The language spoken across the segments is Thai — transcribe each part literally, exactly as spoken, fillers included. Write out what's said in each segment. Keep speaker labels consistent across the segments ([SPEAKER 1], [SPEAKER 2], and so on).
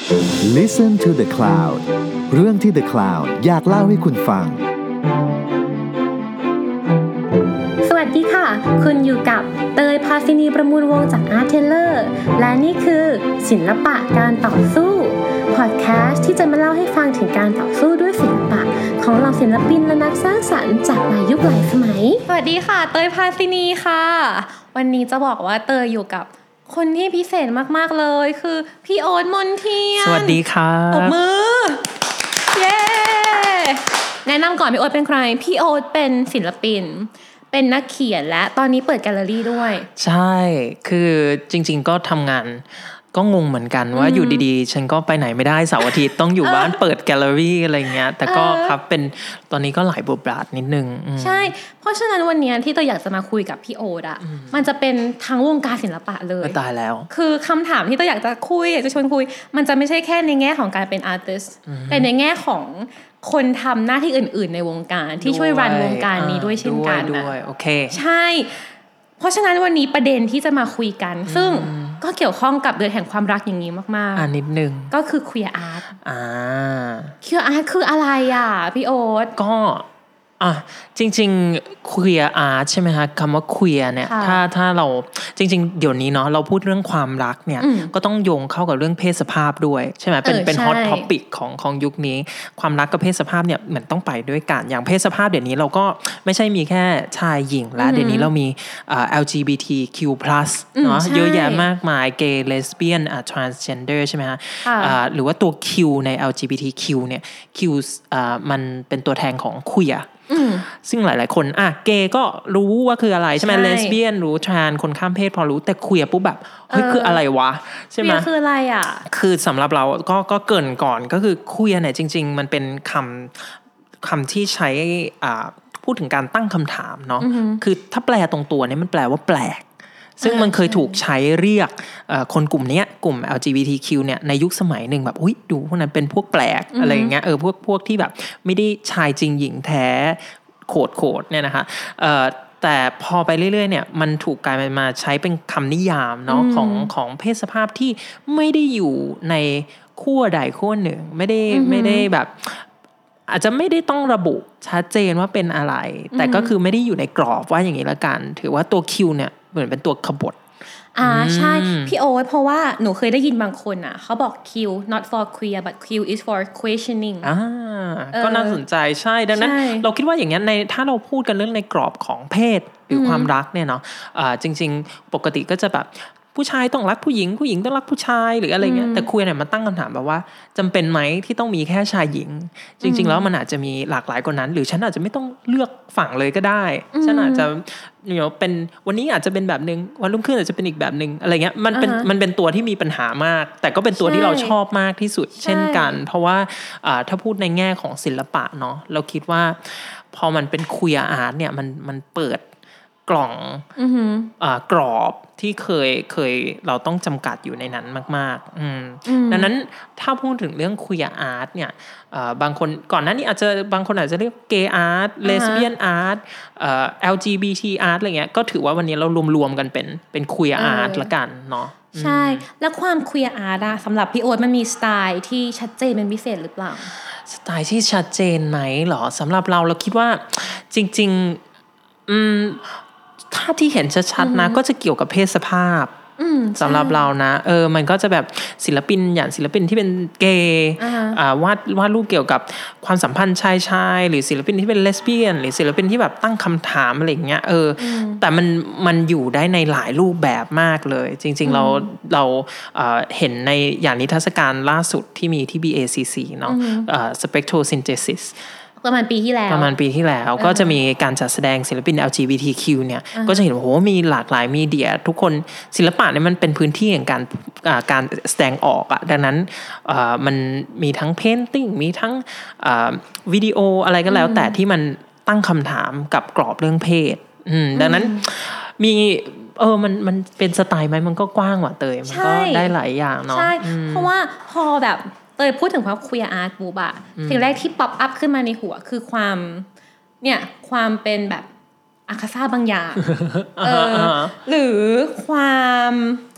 [SPEAKER 1] Listen to the Cloud เรื่องที่ The Cloud อยากเล่าให้คุณฟัง
[SPEAKER 2] สวัสดีค่ะคุณอยู่กับเตยภาสินีประมูลวงศ์จาก Art Teller และนี่คือศิลปะการต่อสู้พอดแคสต์ที่จะมาเล่าให้ฟังถึงการต่อสู้ด้วยศิลปะของเหล่าศิลปินและนักสร้างสรรค์จากหลายยุคหลายสมัยสวัสดีค่ะเตยภาสินีค่ะวันนี้จะบอกว่าเตยอยู่กับคนที่พิเศษมากๆเลยคือพี่โอ๊ตมนเทียน
[SPEAKER 3] สวัสดีค่ะ
[SPEAKER 2] ตบมือเย้แนะนำก่อนพี่โอ๊ตเป็นใครพี่โอ๊ตเป็นศิลปินเป็นนักเขียนและตอนนี้เปิดแกลเลอรี่ด้วย
[SPEAKER 3] ใช่คือจริงๆก็ทำงานก็งงเหมือนกันว่าอยู่ดีๆฉันก็ไปไหนไม่ได้เสาร์อาทิตย์ต้องอยู่บ้านเปิดแกลเลอรี่อะไรเงี้ยแต่ก็ครับเป็นตอนนี้ก็หลายบทบาทนิดนึง
[SPEAKER 2] ใช่เพราะฉะนั้นวันนี้ที่ตัวอยากจะมาคุยกับพี่โอ๊ตอ่ะมันจะเป็นทั้งวงการศิลปะเลย
[SPEAKER 3] ตายแล้ว
[SPEAKER 2] คือคำถามที่ตัวอยากจะคุยอยากจะชวนคุยมันจะไม่ใช่แค่ในแง่ของการเป็นอาร์ติสต์แต่ในแง่ของคนทำหน้าที่อื่นๆในวงการที่ช่วยรันวงการนี้ด้วยเช่นกันนะ
[SPEAKER 3] โอเค
[SPEAKER 2] ใช่เพราะฉะนั้นวันนี้ประเด็นที่จะมาคุยกันซึ่งก็เกี่ยวข้องกับเดือนแห่งความรักอย่างนี้มากๆ
[SPEAKER 3] อ่านิดนึง
[SPEAKER 2] ก็คือ queer art
[SPEAKER 3] อ่า
[SPEAKER 2] queer art คืออะไรอ่ะพี่โอ๊ต
[SPEAKER 3] ก็อ่ะจริงๆ queer art ใช่ไหมคะคำว่า queer เนี่ยถ้าถ้าเราจริงๆเดี๋ยวนี้เนาะเราพูดเรื่องความรักเนี่ยก็ต้องโยงเข้ากับเรื่องเพศสภาพด้วยใช่ไหมเป็นเป็น hot topic ของของยุคนี้ความรักกับเพศสภาพเนี่ยเหมือนต้องไปด้วยกันอย่างเพศสภาพเดี๋ยวนี้เราก็ไม่ใช่มีแค่ชายหญิงแล้วเดี๋ยวนี้เรามี แอล จี บี ที คิว พลัส เนาะเยอะแยะมากมาย gay lesbian transgender ใช่ไหมคะหรือว่าตัว Q ใน แอล จี บี ที คิว เนี่ย Q มันเป็นตัวแทนของ queerซึ่งหลายๆคนอ่ะเกย์ก็รู้ว่าคืออะไรใช่ไหมเลสเบี้ยนรู้ทรานคนข้ามเพศพอรู้แต่คุยปุ๊บแบบเฮ้ยคืออะไรวะใช่ไหม
[SPEAKER 2] คืออะไรอ่ะ
[SPEAKER 3] คือสำหรับเราก็ก็เกินก่อนก็คือคุยเนี่ยจริงๆมันเป็นคำคำที่ใช้อ่าพูดถึงการตั้งคำถามเนาะคือถ้าแปลตรงตัวเนี่ยมันแปลว่าแปลกซึ่งมันเคยถูกใช้เรียกคนกลุ่มนี้กลุ่ม แอล จี บี ที คิว เนี่ยในยุคสมัยหนึ่งแบบอุ๊ยดูพวกนั้นเป็นพวกแปลกอะไรอย่างเงี้ยเออพวกพวกที่แบบไม่ได้ชายจริงหญิงแท้โขดโขดเนี่ยนะคะแต่พอไปเรื่อยๆเนี่ยมันถูกกลายมาใช้เป็นคำนิยามเนาะของของเพศสภาพที่ไม่ได้อยู่ในขั้วใดขั้วหนึ่งไม่ได้ไม่ได้แบบอาจจะไม่ได้ต้องระบุชัดเจนว่าเป็นอะไรแต่ก็คือไม่ได้อยู่ในกรอบว่าอย่างนี้ละกันถือว่าตัว Q เนี่ยเหมือนเป็นตัวขบฏ
[SPEAKER 2] อ่าใช่พี่โอ๊ตเพราะว่าหนูเคยได้ยินบางคนอ่ะเขาบอก Q not for queer but Q is for questioning
[SPEAKER 3] อ่าก็น่าสนใจใช่ดังนั้นเราคิดว่าอย่างนี้ในถ้าเราพูดกันเรื่องในกรอบของเพศหรือความรักเนี่ยเนาะอ่าจริงๆปกติก็จะแบบผู้ชายต้องรักผู้หญิงผู้หญิงต้องรักผู้ชายหรืออะไรเงี้ยแต่คุยเนี่ยมันตั้งคำถามแบบว่าจำเป็นไหมที่ต้องมีแค่ชายหญิงจริงๆแล้วมันอาจจะมีหลากหลายกว่านั้นหรือฉันอาจจะไม่ต้องเลือกฝั่งเลยก็ได้ฉันอาจจะเนาะเป็นวันนี้อาจจะเป็นแบบนึงวันรุ่งขึ้นอาจจะเป็นอีกแบบนึงอะไรเงี้ยมันเป็นมันเป็นตัวที่มีปัญหามากแต่ก็เป็นตัวที่เราชอบมากที่สุดเช่นกันเพราะว่าถ้าพูดในแง่ของศิลปะเนาะเราคิดว่าพอมันเป็นคุยอาร์ตเนี่ยมันมันเปิดกล่องอ่ากรอบที่เคยเคยเราต้องจำกัดอยู่ในนั้นมากๆดังนั้นถ้าพูดถึงเรื่องคุยอาร์ตเนี่ยบางคนก่อนหน้านี้อาจจะบางคนอาจจะเรียกเกย์อาร์ตเลสเบี้ยนอาร์ต แอล จี บี ที อาร์ตอะไรเงี้ยก็ถือว่าวันนี้เรารวมๆกันเป็นเป็นคุยอาร์ตละกันเนาะ
[SPEAKER 2] ใช่แล้วความคุยอาร์ตสำหรับพี่โอ๊ตมันมีสไตล์ที่ชัดเจนเป็นพิเศษหรือเปล่า
[SPEAKER 3] สไตล์ที่ชัดเจนไหมหรอสำหรับเราเราคิดว่าจริงๆอืมถ้าที่เห็นชัดๆนะก็จะเกี่ยวกับเพศสภาพสำหรับเรานะเออมันก็จะแบบศิลปินอย่างศิลปินที่เป็นเกย์วาดวาดรูปเกี่ยวกับความสัมพันธ์ชายชายหรือศิลปินที่เป็นเลสเบี้ยนหรือศิลปินที่แบบตั้งคำถามอะไรอย่างเงี้ยเออแต่มันมันอยู่ได้ในหลายรูปแบบมากเลยจริงๆเราเราเห็นในอย่างนิทรรศการล่าสุดที่มีที่ บี เอ ซี ซี เนาะ Spectrosynthesis
[SPEAKER 2] ประมาณปีที่แล้ว
[SPEAKER 3] ประมาณปีที่แล้วก็จะมีการจัดแสดงศิลปิน แอล จี บี ที คิว เนี่ยก็จะเห็นว่าโหมีหลากหลายมีเดียทุกคนศิลปะเนี่ยมันเป็นพื้นที่แห่งการการแสดงออกอ่ะดังนั้นมันมีทั้งเพนติ้งมีทั้งวิดีโออะไรก็แล้วแต่ที่มันตั้งคำถามกับกรอบเรื่องเพศดังนั้นมีเออมันมันเป็นสไตล์ไหมมันก็กว้างกว่าเตยมันก็ได้หลายอย่างเนาะ
[SPEAKER 2] ใช่เพราะว่าพอแบบเตยพูดถึงความคุยอาร์ตปุ๊บอะสิ่งแรกที่ป๊อปอัพขึ้นมาในหัวคือความเนี่ยความเป็นแบบอาคาซ่าบางอย่างเออหรือความ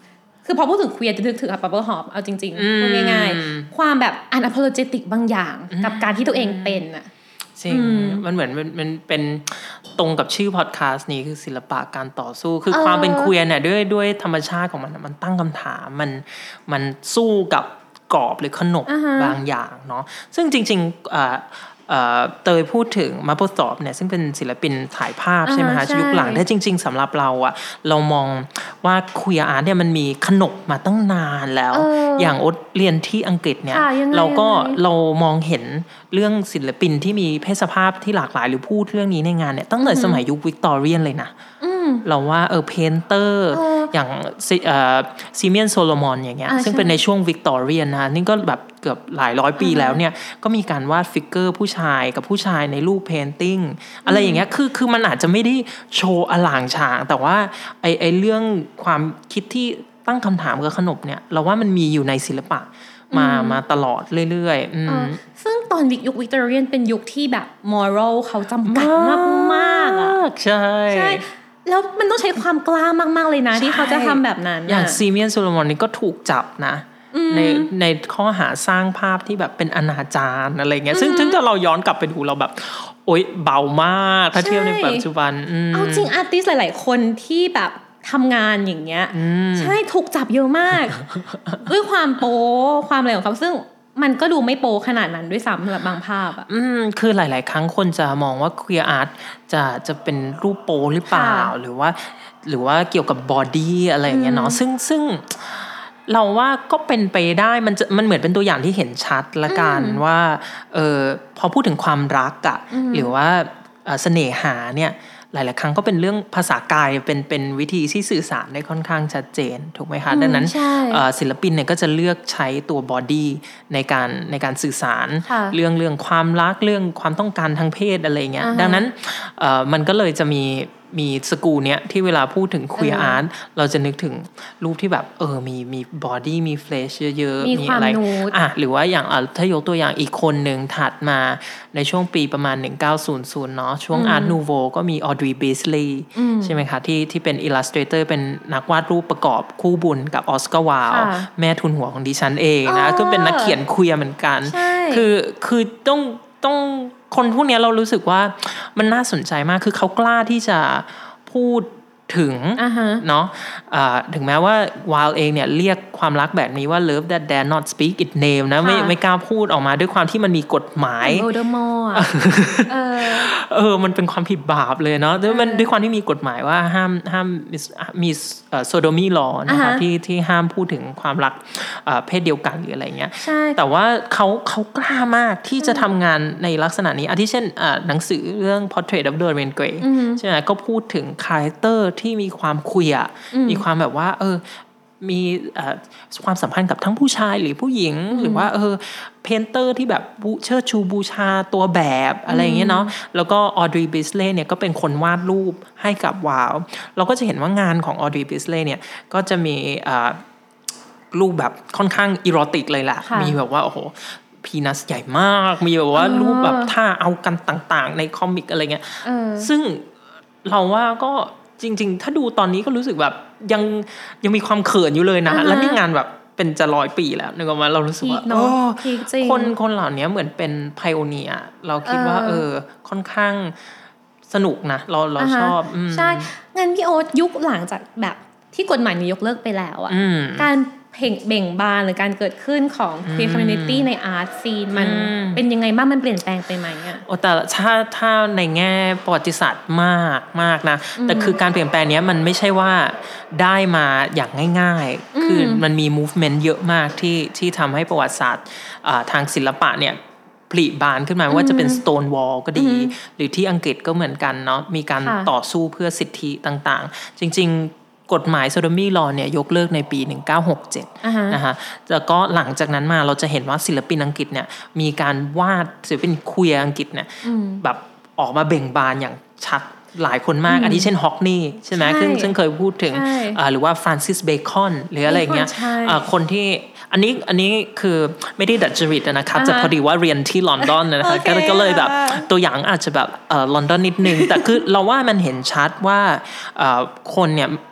[SPEAKER 2] คือพอพูดถึง queer จะนึกถึง Bubble Hop เอาจริงๆพูดง่ายๆความแบบ unapologetic บางอย่างกับการที่ตัวเองเป็นน่ะ
[SPEAKER 3] จริงมันเหมือนมันมันเป็นตรงกับชื่อพอดแคสต์นี้คือศิลปะการต่อสู้คือความเป็น queer เนี่ยด้วยด้วยธรรมชาติของมันมันตั้งคำถามมันมันสู้กับกรอบหรือขนบบางอย่างเนาะซึ่งจริงๆอ่าเตยพูดถึงมาโปสตอบเนี่ยซึ่งเป็นศิลปินถ่ายภาพใช่ไหมคะยุคหลังแต่จริงๆสำหรับเราอะเรามองว่าคุยอาร์ตเนี่ยมันมีขนบมาตั้งนานแล้วอย่างโอ๊ตเรียนที่อังกฤษเนี่ยเราก็เรามองเห็นเรื่องศิลปินที่มีเพศสภาพที่หลากหลายหรือพูดเรื่องนี้ในงานเนี่ยตั้งแต่สมัยยุควิกตอเรียนเลยนะเราว่าเออเพนเตอร์อย่างซีเมียนโซโลมอนอย่างเงี้ยซึ่งเป็นในช่วงวิกตอเรียนนะนี่ก็แบบเกือบหลายร้อยปีแล้วเนี่ยก็มีการวาดฟิกเกอร์ผู้ชายกับผู้ชายในรูปเพนติ้งอะไรอย่างเงี้ยคือคือมันอาจจะไม่ได้โชว์อลางฉางแต่ว่าไอไอเรื่องความคิดที่ตั้งคำถามกับขนบเนี่ยเราว่ามันมีอยู่ในศิลปะมามาตลอดเรื่อยๆ
[SPEAKER 2] ซึ่งตอนวิกยุควิกตอเรียนเป็นยุคที่แบบมอรัลเขาจำกัดมากๆอ่ะ
[SPEAKER 3] ใช่
[SPEAKER 2] ใช่แล้วมันต้องใช้ความกล้ามากๆเลยนะที่เขาจะทำแบบนั้น
[SPEAKER 3] อย่างซีเมียนโซโลมอนนี่ก็ถูกจับนะในในข้อหาสร้างภาพที่แบบเป็นอนาจารอะไรเงี้ยซึ่งถึงถ้าเราย้อนกลับไปดูเราแบบโอ๊ยเบามากถ้าเทียบในปัจจุบัน
[SPEAKER 2] เอาจริงอาร์ติสต์หลายๆคนที่แบบทำงานอย่างเงี้ยใช่ถูกจับเยอะมากด้วยความโป๊ความอะไรของเขาซึ่งมันก็ดูไม่โป๊ขนาดนั้นด้วยซ้ำสำหรับบางภาพอ่ะ
[SPEAKER 3] อืมคือหลายๆครั้งคนจะมองว่า queer art จะจะเป็นรูปโป๊หรือเปล่าหรือว่าหรือว่าเกี่ยวกับบอดี้อะไรอย่างเงี้ยเนาะซึ่งซึ่งเราว่าก็เป็นไปได้มันจะมันเหมือนเป็นตัวอย่างที่เห็นชัดละกันว่าเออพอพูดถึงความรักอ่ะหรือว่าเสน่หาเนี่ยหลายๆครั้งก็เป็นเรื่องภาษากายเป็นเป็นวิธีที่สื่อสารได้ค่อนข้างชัดเจนถูกไหมคะดังนั้นศิลปินเนี่ยก็จะเลือกใช้ตัวบอดี้ในการในการสื่อสารเรื่องเรื่องความรักเรื่องความต้องการทางเพศอะไรเงี้ยดังนั้นมันก็เลยจะมีมีสกูเนี้ยที่เวลาพูดถึง queer art เราจะนึกถึงรูปที่แบบเออมีมีบอดี้มีเฟลชเยอะๆมีอะไรอ่ะหรือว่าอย่างถ้ายกตัวอย่างอีกคนหนึ่งถัดมาในช่วงปีประมาณหนึ่งพันเก้าร้อยเนาะช่วง Art Nouveau ก็มี Audrey Beasley ใช่ไหมคะที่ที่เป็น illustrator เป็นนักวาดรูปประกอบคู่บุญกับออสการ์วาลแม่ทุนหัวของดิฉันเองนะก็เป็นนักเขียนเควียร์เหมือนกันคือคือต้องต้องคนพวกนี้เรารู้สึกว่ามันน่าสนใจมากคือเขากล้าที่จะพูดถึง uh-huh. เนาะะถึงแม้ว่าวาลเองเนี่ยเรียกความรักแบบนี้ว่า love that dare not speak its name นะ ไม่ไม่กล้าพูดออกมาด้วยความที่มันมีกฎหมาย
[SPEAKER 2] โอเดอร์มอร์เออ
[SPEAKER 3] เออมันเป็นความผิดบาปเลยเนาะด้วยมันด้วยความที่มีกฎหมายว่าห้ามห้ามมีโซโดมีลอนะคะที่ที่ห้ามพูดถึงความรักเพศเดียวกันหรืออะไรเงี้ยแต่ว่าเขาเขากล้ามากที่จะทำงานในลักษณะนี้อาทิเช่นหนังสือเรื่อง Portrait of Dorian Gray ใช่ไหมก็พูดถึงคาแรคเตอร์ที่มีความคุยอ่ะมีความแบบว่าเออมีความสัมพันธ์กับทั้งผู้ชายหรือผู้หญิงหรือว่าเออเพนเตอร์ที่แบบเชิดชูบูชาตัวแบบอะไรอย่างเงี้ยเนาะแล้วก็ออดรีบิสเลย์เนี่ยก็เป็นคนวาดรูปให้กับวาวเราก็จะเห็นว่างานของออดรีบิสเลย์เนี่ยก็จะมีรูปแบบค่อนข้างอีโรติกเลยแหละมีแบบว่าโอ้โหพีนัสใหญ่มากมีแบบว่ารูปแบบท่าเอากันต่างๆในคอมิกอะไรเงี้ยซึ่งเราว่าก็จริงๆถ้าดูตอนนี้ก็รู้สึกแบบยังยังมีความเขินอยู่เลยนะ uh-huh. แล้วนี่งานแบบเป็นจะร้อยปีแล้วนึกออกมาเรารู้สึกว่าโอ้คนคนเหล่านี้เหมือนเป็นไพโอเนียร์เราคิดว่าเออค่อนข้างสนุกนะเราเรา uh-huh. ชอบ
[SPEAKER 2] ใช่งั้นพี่โอ๊ตยุคหลังจากแบบที่กฎหมายนี้ยกเลิกไปแล้วอ่ะการเพ่งเบ่งบานหรือการเกิดขึ้นของ queer community ใน art scene มันเป็นยังไงบ้างมันเปลี่ยนแปลงไปไหมอ่ะ
[SPEAKER 3] โอ้แต่ถ้าถ้าในแง่ประวัติศาสตร์มากมากนะแต่คือการเปลี่ยนแปลงนี้มันไม่ใช่ว่าได้มาอย่างง่ายๆคือมันมี movement เยอะมากที่ที่ทำให้ประวัติศาสตร์ทางศิลปะเนี่ยผลิบานขึ้นมาว่าจะเป็น Stone Wall ก็ดีหรือที่อังกฤษก็เหมือนกันเนาะมีการต่อสู้เพื่อสิทธิต่างๆจริงๆกฎหมายโซโดมีลอเนี่ยยกเลิกในปีหนึ่งพันเก้าร้อยหกสิบเจ็ด uh-huh. นะคะแล้วก็หลังจากนั้นมาเราจะเห็นว่าศิลปินอังกฤษเนี่ยมีการวาดศิลปินควียร์อังกฤษเนี่ยแบบออกมาเบ่งบานอย่างชัดหลายคนมากอันนี้เช่นฮอกนี่ใช่ไหมซึ่งซึ่งเคยพูดถึงหรือว่าฟรานซิสเบคอนหรืออะไรเงี้ยคนที่อันนี้อันนี้คือไม่ได้ดัดจริตนะครับจะพอดีว่าเรียนที่ลอนดอนนะคะก็เลยแบบตัวอย่างอาจจะแบบลอนดอนนิดนึงแต่คือเราว่ามันเห็นชัดว่าคนเนี่ย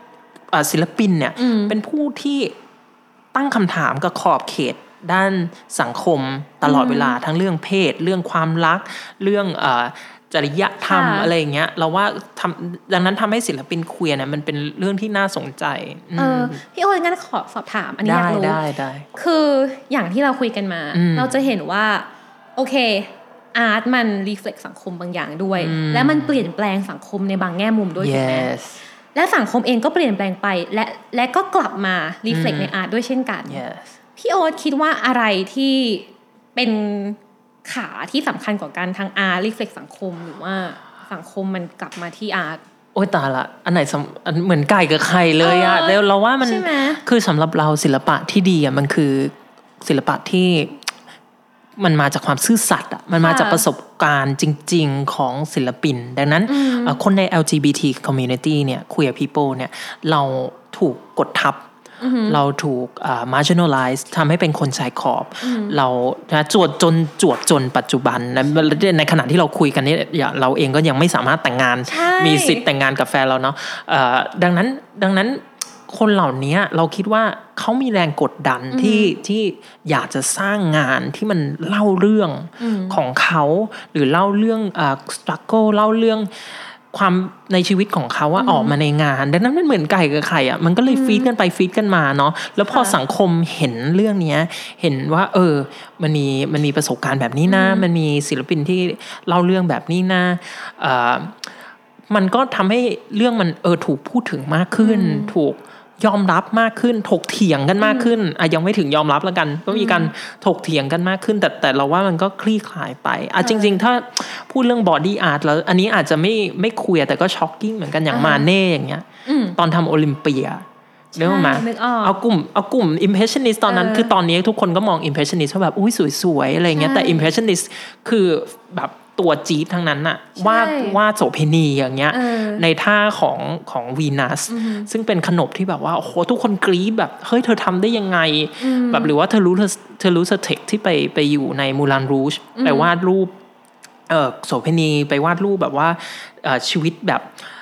[SPEAKER 3] ศิลปินเนี่ยเป็นผู้ที่ตั้งคำถามกับขอบเขตด้านสังคมตลอดเวลาทั้งเรื่องเพศเรื่องความรักเรื่องเอ่อจริยธรรมอะไรอย่างเงี้ยเราว่าทำดังนั้นทำให้ศิลปินเควียร์เนี่ยมันเป็นเรื่องที่น่าสนใจ
[SPEAKER 2] เออพี่โอ๊ตงั้นขอสอบถามอันนี้อยากรู้
[SPEAKER 3] ได้ได้
[SPEAKER 2] คืออย่างที่เราคุยกันมาเราจะเห็นว่าโอเคอาร์ตมันรีเฟล็กสังคมบางอย่างด้วยและมันเปลี่ยนแปลงสังคมในบางแง่มุมด้วยถูกไหมและสังคมเองก็เปลี่ยนแปลงไปและและก็กลับมารีเฟล็กในอาร์ตด้วยเช่นกัน
[SPEAKER 3] yes.
[SPEAKER 2] พี่โอ๊ตคิดว่าอะไรที่เป็นขาที่สำคัญกว่ากันทางอาร์ตรีเฟล็กสังคมหรือว่าสังคมมันกลับมาที่อาร์ต
[SPEAKER 3] โอ๊ยตายละอันไหนเหมือนไก่กับไข่เลยอะเดี๋ยวเราว่ามันคือสำหรับเราศิลปะที่ดีอะมันคือศิลปะที่มันมาจากความซื่อสัตย์อ่ะมันมาจากประสบการณ์จริงๆของศิลปินดังนั้นคนใน แอล จี บี ที community เนี่ย queer people เนี่ยเราถูกกดทับเราถูก marginalize ทำให้เป็นคนชายขอบเราจวดจนจวบจนปัจจุบันในขณะที่เราคุยกันนี่เราเองก็ยังไม่สามารถแต่งงานมีสิทธิ์แต่งงานกับแฟนเราเนาะดังนั้นดังนั้นคนเหล่านี้เราคิดว่าเขามีแรงกดดันที่ที่อยากจะสร้างงานที่มันเล่าเรื่องของเขาหรือเล่าเรื่องอ่า struggle เล่าเรื่องความในชีวิตของเขาว่าออกมาในงานดังนั้นมันเหมือนไก่กับไข่อ่ะมันก็เลยฟีดกันไปฟีดกันมาเนาะแล้วพอสังคมเห็นเรื่องนี้เห็นว่าเออมันมีมันมีประสบการณ์แบบนี้นะมันมีศิลปินที่เล่าเรื่องแบบนี้นะอ่ามันก็ทำให้เรื่องมันเออถูกพูดถึงมากขึ้นถูกยอมรับมากขึ้นถกเถียงกันมากขึ้นอ่ะยังไม่ถึงยอมรับแล้วกันก็มีการถกเถียงกันมากขึ้นแต่แต่เราว่ามันก็คลี่คลายไปอ่ะจริงๆถ้าพูดเรื่องบอดี้อาร์ตแล้วอันนี้อาจจะไม่ไม่คุยแต่ก็ช็อกกิ้งเหมือนกันอย่างมาเน่อย่างเงี้ยตอนทำโอลิมเปียเรื่องมาเอากลุ่มเอากลุ่ม impressionist ตอนนั้นคือตอนนี้ทุกคนก็มอง impressionist ว่าแบบอุ้ยสวยๆอะไรเงี้ยแต่ impressionist คือแบบตัวจี๊ดทั้งนั้นน่ะวาดวาดโสเภณีอย่างเงี้ยในท่าของของวีนัสซึ่งเป็นขนบที่แบบว่าโอ้โหทุกคนกรี๊ดแบบเฮ้ยเธอทำได้ยังไงแบบหรือว่าเธอรู้เธอเธอรู้สเต็กที่ไปไปอยู่ในมูลานรูชไปวาดรูปเอ่อโสเภณีไปวาดรูปแบบว่าชีวิตแบบ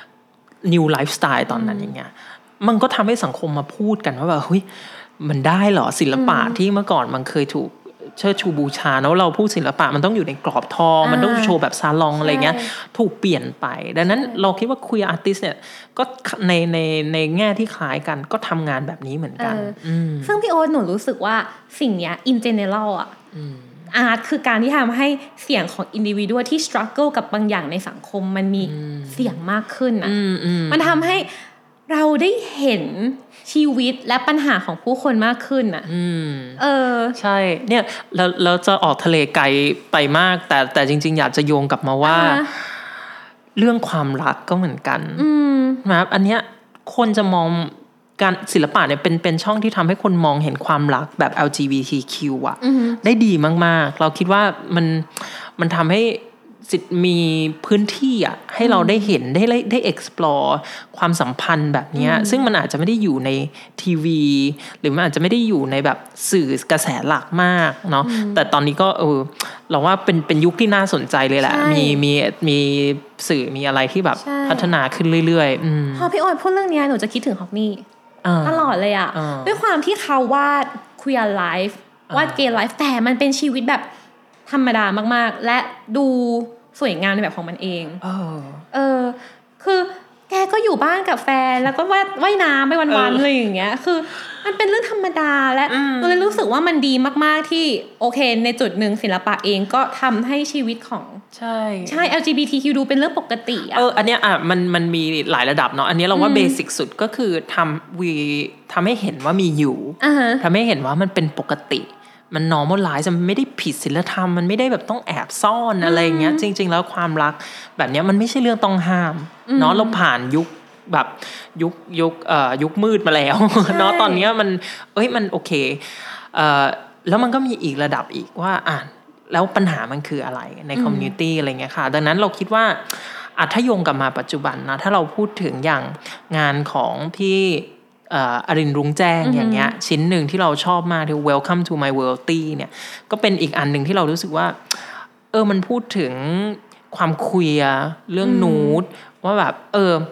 [SPEAKER 3] new lifestyle ตอนนั้นอย่างเงี้ยมันก็ทำให้สังคมมาพูดกันว่าแบบเฮ้ยมันได้เหรอศิลปะที่เมื่อก่อนมันเคยถูกเชิดชูบูชาแล้วเราพูดศิลปะมันต้องอยู่ในกรอบทองมันต้องโชว์แบบซาลองอะไรเงี้ยถูกเปลี่ยนไปดังนั้นเราคิดว่าคุยอาร์ติสเนี่ยก็ในในในแง่ที่คล้ายกันก็ทำงานแบบนี้เหมือนกัน
[SPEAKER 2] ซึ่งพี่โอ๊ตหนูรู้สึกว่าสิ่งเนี้ย in general อ่ะอาร์ตคือการที่ทำให้เสียงของอินดิวิวที่ struggle กับบางอย่างในสังคมมันมีเสียงมากขึ้นอ่ะมันทำให้เราได้เห็นชีวิตและปัญหาของผู้คนมากขึ้นอ่ะเออ
[SPEAKER 3] ใช่เนี่ยเราเราจะออกทะเลไกลไปมากแต่แต่จริงๆอยากจะโยงกลับมาว่าเรื่องความรักก็เหมือนกันนะครับอันเนี้ยคนจะมองการศิลปะเนี่ยเป็นเป็นช่องที่ทำให้คนมองเห็นความรักแบบ แอล จี บี ที คิว อ่ะได้ดีมากๆเราคิดว่ามันมันทำให้สิทธิ์มีพื้นที่อ่ะให้เราได้เห็นได้ได้ explore ความสัมพันธ์แบบนี้ซึ่งมันอาจจะไม่ได้อยู่ในทีวีหรือมันอาจจะไม่ได้อยู่ในแบบสื่อกระแสหลักมากเนาะแต่ตอนนี้ก็เออเราว่าเป็นเป็นยุคที่น่าสนใจเลยแหละมีมีมีสื่อมีอะไรที่แบบพัฒนาขึ้นเรื่อย
[SPEAKER 2] ๆพอพี่โอ๊ตพูดเรื่องนี้หนูจะคิดถึงฮอกนี่ตลอดเลยอ่ะด้วยความที่เขาวาด queer life วาด gay life แต่มันเป็นชีวิตแบบธรรมดามากๆและดูสวยงามในแบบของมันเองเออเออคือแกก็อยู่บ้านกับแฟนแล้วก็ว่ายว่ายน้ำไปวันๆอะไรอย่างเงี้ยคือมันเป็นเรื่องธรรมดาและเราเลยรู้สึกว่ามันดีมากๆที่โอเคในจุดหนึ่งศิลปะเองก็ทำให้ชีวิตของ
[SPEAKER 3] ใช่
[SPEAKER 2] ใช่ แอล จี บี ที คิว ดูเป็นเรื่องปกติอ่ะ
[SPEAKER 3] เอออันเนี้ยอ่ะมันมันมีหลายระดับเนาะอันนี้เราว่าเบสิกสุดก็คือทำวีทำให้เห็นว่ามีอยู่ทำให้เห็นว่ามันเป็นปกติมัน normalize มันไม่ได้ผิดศีลธรรมมันไม่ได้แบบต้องแอบซ่อนอะไรเงี้ยจริงๆแล้วความรักแบบนี้มันไม่ใช่เรื่องต้องห้ามเนาะเราผ่านยุคแบบยุคยุคเอ่อยุคมืดมาแล้วเนาะตอนนี้มันเอ้ยมันโอเคเอ่อแล้วมันก็มีอีกระดับอีกว่าอ่ะแล้วปัญหามันคืออะไรในคอมมูนิตี้อะไรเงี้ยค่ะดังนั้นเราคิดว่าอ่ะถ้าโยงกลับมาปัจจุบันนะถ้าเราพูดถึงอย่างงานของพี่อรินทร์รุ้งแจ้งอย่างเงี้ยชิ้นหนึ่งที่เราชอบมากที่ Welcome to my world เนี่ยก็เป็นอีกอันหนึ่งที่เรารู้สึกว่าเออมันพูดถึงความคุยเรื่องนูดว่าแบบเออ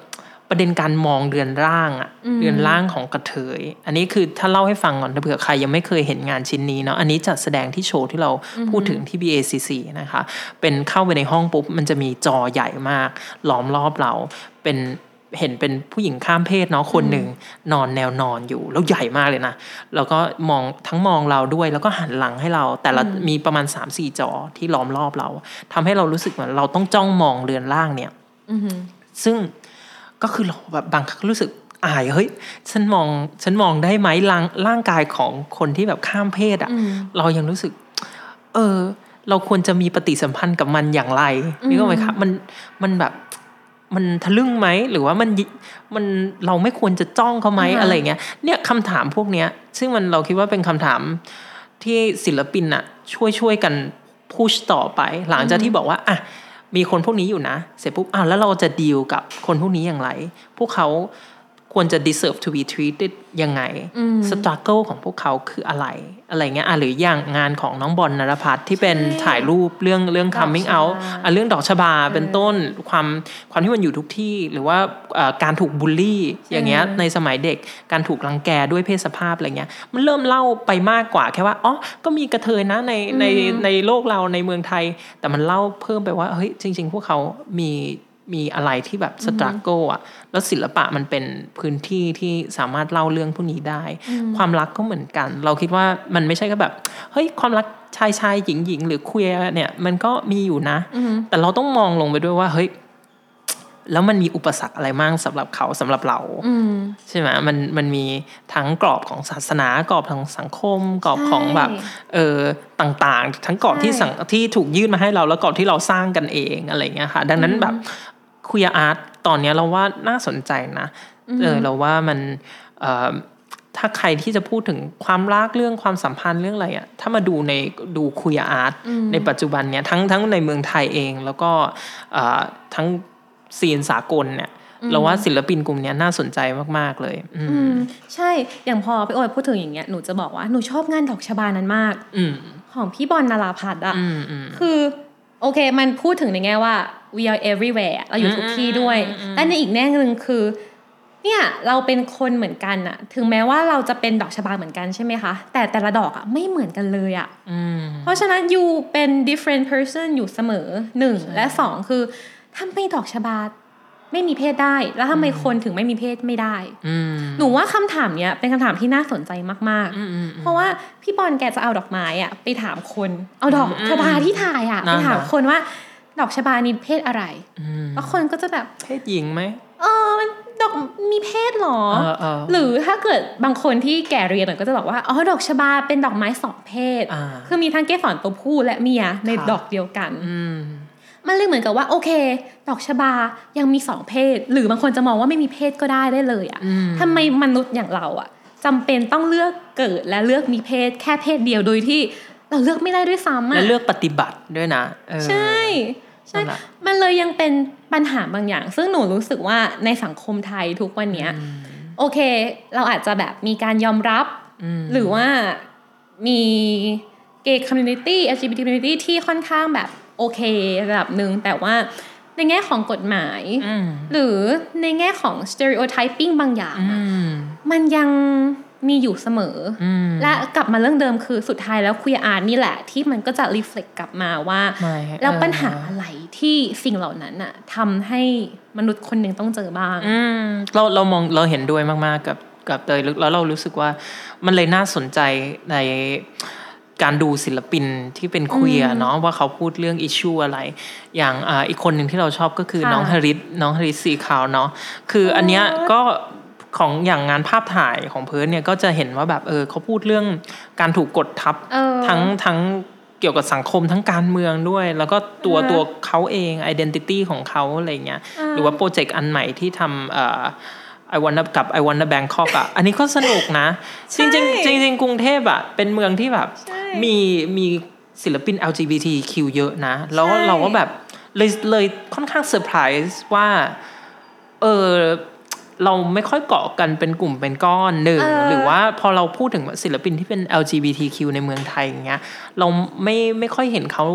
[SPEAKER 3] ประเด็นการมองเรือนร่างอะเรือนร่างของกระเทยอันนี้คือถ้าเล่าให้ฟังก่อนถ้าเผื่อใครยังไม่เคยเห็นงานชิ้นนี้เนาะอันนี้จัดแสดงที่โชว์ที่เราพูดถึงที่ บี เอ ซี ซี นะคะเป็นเข้าไปในห้องปุ๊บมันจะมีจอใหญ่มากล้อมรอบเราเป็นเห็นเป็นผู้หญิงข้ามเพศเนาะคนหนึ่งนอนแนวนอนอยู่แล้วใหญ่มากเลยนะแล้วก็มองทั้งมองเราด้วยแล้วก็หันหลังให้เราแต่ละมีประมาณ สามสี่ จอที่ล้อมรอบเราทำให้เรารู้สึกเหมือนเราต้องจ้องมองเรือนร่างเนี่ยซึ่งก็คือเราแบบบางครั้งรู้สึกอายเฮ้ยฉันมองฉันมองได้ไหมร่างร่างกายของคนที่แบบข้ามเพศอ่ะเรายังรู้สึกเออเราควรจะมีปฏิสัมพันธ์กับมันอย่างไรนี่ก็ไหมครับมันมันแบบมันทะลึ่งไหมหรือว่ามันมันเราไม่ควรจะจ้องเขาไหม uh-huh. อะไรเงี้ยเนี่ยคำถามพวกเนี้ยซึ่งมันเราคิดว่าเป็นคำถามที่ศิลปินอะช่วยช่วยกันพุชต่อไปหลังจากที่บอกว่าอ่ะมีคนพวกนี้อยู่นะเสร็จปุ๊บอ้าวแล้วเราจะดีลกับคนพวกนี้อย่างไรพวกเขาควรจะ deserve to be treated ยังไง struggle ของพวกเขาคืออะไรอะไรเงี้ยอ่ะหรืออย่างงานของน้องบอลนรพัฒน์ที่เป็นถ่ายรูปเรื่องเรื่อง coming out อ่ะเรื่องดอกชบาเป็นต้นความความที่มันอยู่ทุกที่หรือว่าการถูกบูลลี่อย่างเงี้ยในสมัยเด็กการถูกรังแกด้วยเพศสภาพอะไรเงี้ยมันเริ่มเล่าไปมากกว่าแค่ว่าอ๋อก็มีกระเทยนะในในในโลกเราในเมืองไทยแต่มันเล่าเพิ่มไปว่าเฮ้ยจริงๆพวกเขามีมีอะไรที่แบบสตรักเกิลอ่ะแล้วศิลปะมันเป็นพื้นที่ที่สามารถเล่าเรื่องพวกนี้ได้ความรักก็เหมือนกันเราคิดว่ามันไม่ใช่แค่แบบเฮ้ยความรักชายชายหญิงหญิงหรือคุยเนี่ยมันก็มีอยู่นะแต่เราต้องมองลงไปด้วยว่าเฮ้ยแล้วมันมีอุปสรรคอะไรมั่งสำหรับเขาสำหรับเราใช่ไหมมันมันมีทั้งกรอบของศาสนากรอบของสังคมกรอบของแบบเออต่างๆทั้งกรอบที่สั่งที่ถูกยื่นมาให้เราแล้วกรอบที่เราสร้างกันเองอะไรเงี้ยค่ะดังนั้นแบบคุยอาร์ตตอนนี้เราว่าน่าสนใจนะเออเราว่ามันเอ่อถ้าใครที่จะพูดถึงความรักเรื่องความสัมพันธ์เรื่องอะไรอ่ะถ้ามาดูในดูคุยอาร์ตในปัจจุบันเนี้ยทั้งทั้งในเมืองไทยเองแล้วก็เอ่อทั้งซีนสากลเนี่ยเราว่าศิลปินกลุ่มนี้น่าสนใจมากๆเลยอืม
[SPEAKER 2] ใช่อย่างพอพี่โอ๊ยพูดถึงอย่างเงี้ยหนูจะบอกว่าหนูชอบงานดอกชบานั้นมากของพี่บอลนราพัฒน์อ่ะคือโอเคมันพูดถึงในแง่ว่า we are everywhere เราอยู่ทุกที่ด้วยแต่ในอีกแง่นึงคือเนี่ยเราเป็นคนเหมือนกันอะถึงแม้ว่าเราจะเป็นดอกชบาเหมือนกันใช่ไหมคะแต่แต่ละดอกอะไม่เหมือนกันเลยอะเพราะฉะนั้น you เป็น different person อยู่เสมอหนึ่งและสองคือทำไมดอกชบาไม่มีเพศได้แล้วทำไมคนถึงไม่มีเพศไม่ได้หนูว่าคำถามเนี้ยเป็นคำถามที่น่าสนใจมากๆเพราะว่าพี่บอลแกจะเอาดอกไม้อะไปถามคนเอาดอกชบาที่ถ่ายอะไปถามคนว่าดอกชบานี่เพศอะไรแล้วคนก็จะแบบ
[SPEAKER 3] เพศหญิงไหม
[SPEAKER 2] เออมันดอกมีเพศหรอหรือถ้าเกิดบางคนที่แก่เรียนหน่อยก็จะบอกว่าอ๋อดอกชบาเป็นดอกไม้สองเพศคือมีทั้งเกสรตัวผู้และเมียในดอกเดียวกันมันเลยเหมือนกับว่าโอเคดอกชบายังมีสองเพศหรือบางคนจะมองว่าไม่มีเพศก็ได้ได้เลยอ่ะทำไมมนุษย์อย่างเราอ่ะจำเป็นต้องเลือกเกิดและเลือกมีเพศแค่เพศเดียวโดยที่เราเลือกไม่ได้ด้วยซ้ำอ่ะ
[SPEAKER 3] และเลือกปฏิบัติด้วยนะ
[SPEAKER 2] ใช่ใช่มันเลยยังเป็นปัญหาบางอย่างซึ่งหนูรู้สึกว่าในสังคมไทยทุกวันนี้โอเคเราอาจจะแบบมีการยอมรับหรือว่ามีเกย์คอมมูนิตี้ แอล จี บี ที คอมมูนิตี้ที่ค่อนข้างแบบโอเคระดับหนึ่งแต่ว่าในแง่ของกฎหมายหรือในแง่ของ stereotyping บางอย่างมันยังมีอยู่เสมอและกลับมาเรื่องเดิมคือสุดท้ายแล้ว queer art นี่แหละที่มันก็จะ reflect กลับมาว่าแล้วปัญหาอะไรที่สิ่งเหล่านั้นน่ะทำให้มนุษย์คนหนึ่งต้องเจอบ้าง
[SPEAKER 3] เราเรามองเราเห็นด้วยมากๆกับกับเตยแล้วเรารู้สึกว่ามันเลยน่าสนใจในการดูศิลปินที่เป็นเควียร์เนาะว่าเขาพูดเรื่องอิชชูอะไรอย่างอ่าอีกคนหนึ่งที่เราชอบก็คือน้องฮาริสน้องฮาริสสีขาวเนาะคืออันเนี้ยก็ของอย่างงานภาพถ่ายของเพิร์ทเนี่ยก็จะเห็นว่าแบบเออเขาพูดเรื่องการถูกกดทับทั้งทั้งเกี่ยวกับสังคมทั้งการเมืองด้วยแล้วก็ตัวตัวเขาเอง identity ของเขาอะไรเงี้ยหรือว่าโปรเจกต์อันใหม่ที่ทำเอ่อI wanna กับ I wanna Bangkok อ่ะอันนี้ก็สนุกนะจริงๆจริงๆกรุงเทพอ่ะเป็นเมืองที่แบบมีมีศิลปิน แอล จี บี ที คิว เยอะนะแล้วเราก็แบบเลยเลยค่อนข้างเซอร์ไพรส์ว่าเออเราไม่ค่อยเกาะกันเป็นกลุ่มเป็นก้อนหนึ่งหรือว่าพอเราพูดถึงศิลปินที่เป็น แอล จี บี ที คิว ในเมืองไทยอย่างเงี้ยเราไม่ไม่ค่อยเห็นเขา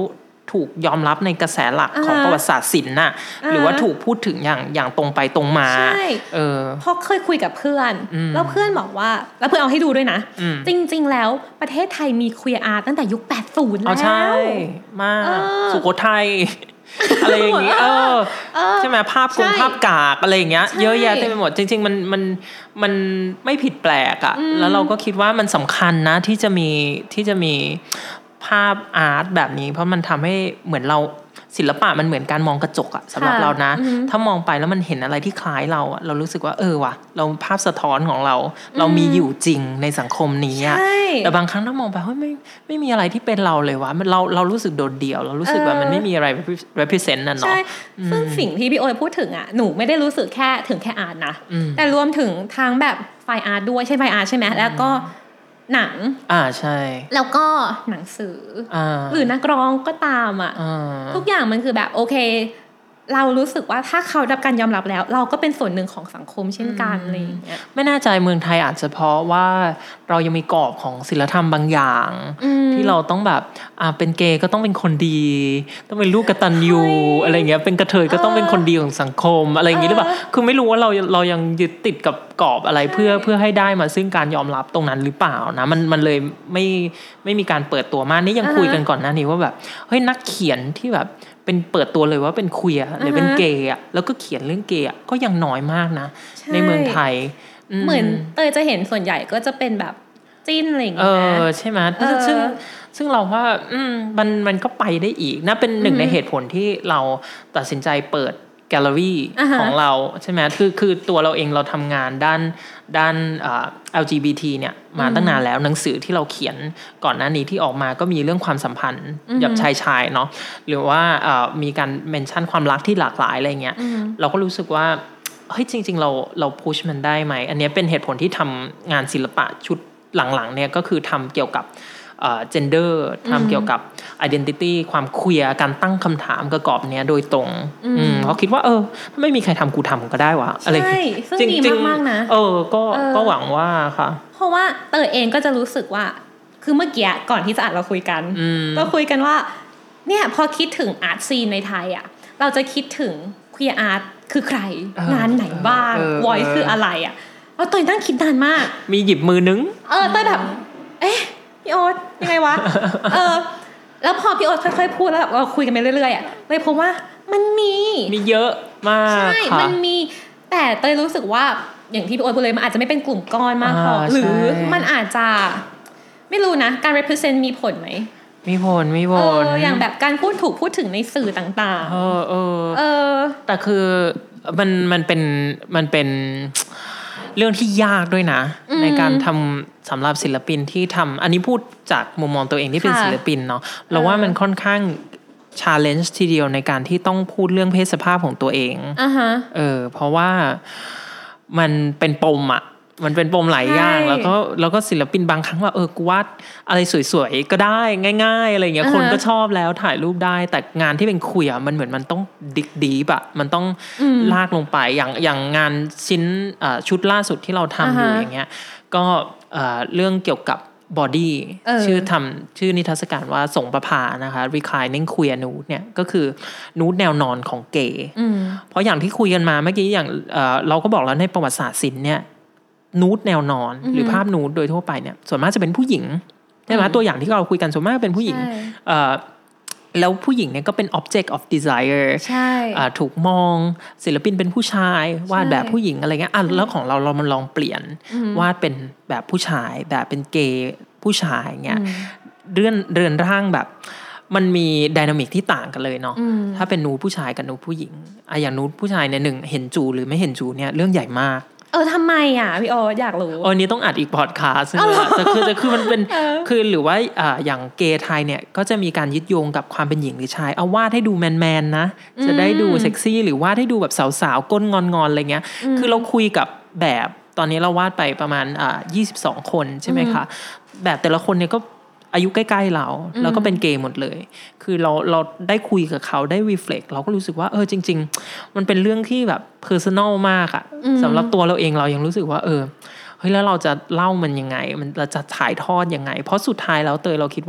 [SPEAKER 3] ถูกยอมรับในกระแสหลักของประวัติศาสตร์ศิลป์น่ะหรือว่าถูกพูดถึงอย่างอย่างตรงไปตรงมา
[SPEAKER 2] เออเพราะเคยคุยกับเพื่อนแล้วเพื่อนบอกว่าแล้วเพื่อนเอาให้ดูด้วยนะจริงๆแล้วประเทศไทยมีควียร์อาร์ตตั้งแต่ยุคแปดสิบแล้ว
[SPEAKER 3] ใช่มากสุโขทัยอะไรอย่างงี้เออใช่ไหมภาพกงภาพกากอะไรอย่างเงี้ยเยอะแยะเต็มไปหมดจริงๆมันมันมันไม่ผิดแปลกอ่ะแล้วเราก็คิดว่ามันสำคัญนะที่จะมีที่จะมีภาพอาร์ตแบบนี้เพราะมันทำให้เหมือนเราศิลปะมันเหมือนการมองกระจกอะสำหรับเรานะถ้ามองไปแล้วมันเห็นอะไรที่คล้ายเราอะเรารู้สึกว่าเออว่ะเราภาพสะท้อนของเราเรามีอยู่จริงในสังคมนี้อะแต่บางครั้งถ้ามองไปเฮ้ยไม่ไม่มีอะไรที่เป็นเราเลยวะเราเรารู้สึกโดดเดี่ยวเรารู้สึกว่ามันไม่มีอะไร represent น่ะเนาะ
[SPEAKER 2] ซึ่งสิ่งที่พี่โอพูดถึงอะหนูไม่ได้รู้สึกแค่ถึงแค่อาร์ตนะแต่รวมถึงทางแบบไฟอาร์ตด้วยใช่ไฟอาร์ตใช่ไหมแล้วก็หนัง
[SPEAKER 3] อ่าใช่
[SPEAKER 2] แล้วก็หนังสืออ่าหรือนักร้องก็ตามอ่ะทุกอย่างมันคือแบบโอเคเรารู้สึกว่าถ้าเขาได้รับการยอมรับแล้วเราก็เป็นส่วนหนึ่งของสังคมเช่นกันอะไรอย่างเงี้ย
[SPEAKER 3] ไม่แน่ใจเมืองไทยอาจจะเพราะว่าเรายังมีกรอบของศีลธรรมบางอย่างที่เราต้องแบบอ่าเป็นเกย์ก็ต้องเป็นคนดีต้องเป็นลูกกตัญญูอะไรเงี้ยเป็นกระเทยก็ต้องเป็นคนดีของสังคมอะไรอย่างงี้หรือเปล่าคือไม่รู้ว่าเราเรายังยึดติดกับกรอบอะไรเพื่อเพื่อให้ได้มาซึ่งการยอมรับตรงนั้นหรือเปล่านะมันมันเลยไม่ไม่มีการเปิดตัวมากนี่ยังคุยกันก่อนหน้านี้ว่าแบบเฮ้ยนักเขียนที่แบบเป็นเปิดตัวเลยว่าเป็นควียร์หรือเป็นเกย์อ่ะแล้วก็เขียนเรื่องเกย์อ่ะก็ยังน้อยมากนะ ใ, ในเมืองไทย
[SPEAKER 2] เหมือนเตยจะเห็นส่วนใหญ่ก็จะเป็นแบบจิ้นอะไรอย่างเงี้ย
[SPEAKER 3] เออใช่ไหมซึ่งซึ่งเราว่าอืมมันมันก็ไปได้อีกนะเป็นหนึ่งในเหตุผลที่เราตัดสินใจเปิดแกลเลอรี่ของเราใช่ไหมคือคือตัวเราเองเราทำงานด้านด้านอ่า แอล จี บี ที เนี่ยมาตั้งนานแล้วหนังสือที่เราเขียนก่อนหน้านี้ที่ออกมาก็มีเรื่องความสัมพันธ์แบบชายชายเนาะหรือว่าอ่ามีการเมนชั่นความรักที่หลากหลายอะไรเงี้ยเราก็รู้สึกว่าเฮ้ยจริงๆเราเราพุชมันได้ไหมอันนี้เป็นเหตุผลที่ทำงานศิลปะชุดหลังๆเนี่ยก็คือทำเกี่ยวกับเอ่อ gender ทำเกี่ยวกับ identity ความเคลียร์การตั้งคำถามกับกรอบเนี้ยโดยตรงเขาคิดว่าเออถ้าไม่มีใครทำกูทำก็ได้วะอะไร
[SPEAKER 2] ใช่ซึ่งดีมากๆนะ
[SPEAKER 3] เออก็ก็หวังว่าค่ะ
[SPEAKER 2] เพราะว่าเตยเองก็จะรู้สึกว่าคือเมื่อกี้ก่อนที่จะอัดเราคุยกันก็คุยกันว่าเนี่ยพอคิดถึงอาร์ตซีนในไทยอ่ะเราจะคิดถึงเคลียร์อาร์ตคือใครงานไหนบ้าง voice คืออะไรอ่ะแล้วเตยนั่งคิดนานมาก
[SPEAKER 3] มีหยิบมือนึง
[SPEAKER 2] เออเตยแบบเอ๊ะพี่โอ๊ตยังไงวะเออแล้วพอพี่โอ๊ตค่อยๆพูดแล้วเราคุยกันไปเรื่อยๆอ่ะเลยพบว่ามันมี
[SPEAKER 3] มีเยอะมาก
[SPEAKER 2] ใช่มันมีแต่เตยรู้สึกว่าอย่างที่พี่โอ๊ตพูดเลยมันอาจจะไม่เป็นกลุ่มก้อนมากพอหรือมันอาจจะไม่รู้นะการ represent มีผลไหม
[SPEAKER 3] มีผลมีผล
[SPEAKER 2] เอออย่างแบบการพูดถูกพูดถึงในสื่อต่างๆ
[SPEAKER 3] เออเออ
[SPEAKER 2] เออ
[SPEAKER 3] แต่คือมันมันเป็นมันเป็นเรื่องที่ยากด้วยนะในการทำสำหรับศิลปินที่ทำอันนี้พูดจากมุมมองตัวเองที่เป็นศิลปินเนาะเราว่ามันค่อนข้าง challenge ทีเดียวในการที่ต้องพูดเรื่องเพศสภาพของตัวเอง
[SPEAKER 2] อ่าฮะ
[SPEAKER 3] เออเพราะว่ามันเป็นปมอะมันเป็นปมหลายอย่างแล้วก็แล้วก็ศิลปินบางครั้งว่าเออกูวาดอะไรสวยๆก็ได้ง่ายๆอะไรเงี้ย uh-huh. คนก็ชอบแล้วถ่ายรูปได้แต่งานที่เป็นคุยอ่ะมันเหมือนมันต้องดิกดีปะมันต้องลากลงไปอย่างอย่างงานชิ้นชุดล่าสุดที่เราทำ uh-huh. อยู่อย่างเงี้ยก็เรื่องเกี่ยวกับบอดี้ชื่อทำชื่อนิทรรศการว่าสงประภานะคะ Reclining Queer Nude เนี่ยก็คือนูดแนวนอนของเกย์เพราะอย่างที่คุยกันมาเมื่อกี้อย่างเราก็บอกแล้วในประวัติศาสตร์ศิลป์เนี่ยนูดแนวนอนหรือภาพนูดโดยทั่วไปเนี่ยส่วนมากจะเป็นผู้หญิงใช่ไหมตัวอย่างที่เราคุยกันส่วนมากเป็นผู้หญิงแล้วผู้หญิงเนี่ยก็เป็น object of desire
[SPEAKER 2] ใช่
[SPEAKER 3] ถูกมองศิลปินเป็นผู้ชายวาดแบบผู้หญิงอะไรเงี้ยแล้วของเราเรามันลองเปลี่ยนวาดเป็นแบบผู้ชายแบบเป็นเกย์ผู้ชายเงี้ยเรื่อนเรือนร่างแบบมันมีไดนามิกที่ต่างกันเลยเนาะถ้าเป็นนูดผู้ชายกับนูดผู้หญิงอ่ะอย่างนูดผู้ชายเนี่ยหนึ่งเห็นจูหรือไม่เห็นจูเนี่ยเรื่องใหญ่มาก
[SPEAKER 2] เออทำไมอ่ะพี่โออยากรู้
[SPEAKER 3] อ๋อนี้ต้องอัดอีกพอดคาสต์แต่คือแต่คือมันเป็นคือหรือว่าอ่าอย่างเกย์ไทยเนี่ยก็จะมีการยึดโยงกับความเป็นหญิงหรือชายเอาวาดให้ดูแมนๆนะจะได้ดูเซ็กซี่หรือวาดให้ดูแบบสาวๆก้นงอนๆอะไรเงี้ยคือเราคุยกับแบบตอนนี้เราวาดไปประมาณอ่ายี่สิบสองคนใช่ไหมคะแบบแต่ละคนเนี่ยก็อายุใกล้ๆเราแล้วก็เป็นเกย์หมดเลยคือเราเราได้คุยกับเขาได้รีเฟล็กเราก็รู้สึกว่าเออจริงๆมันเป็นเรื่องที่แบบเพอร์ซันอลมากอะสำหรับตัวเราเองเรายังรู้สึกว่าเออเฮ้ยแล้วเราจะเล่ามันยังไงมันเราจะถ่ายทอดยังไงเพราะสุดท้ายแล้วเตยเราคิดว่า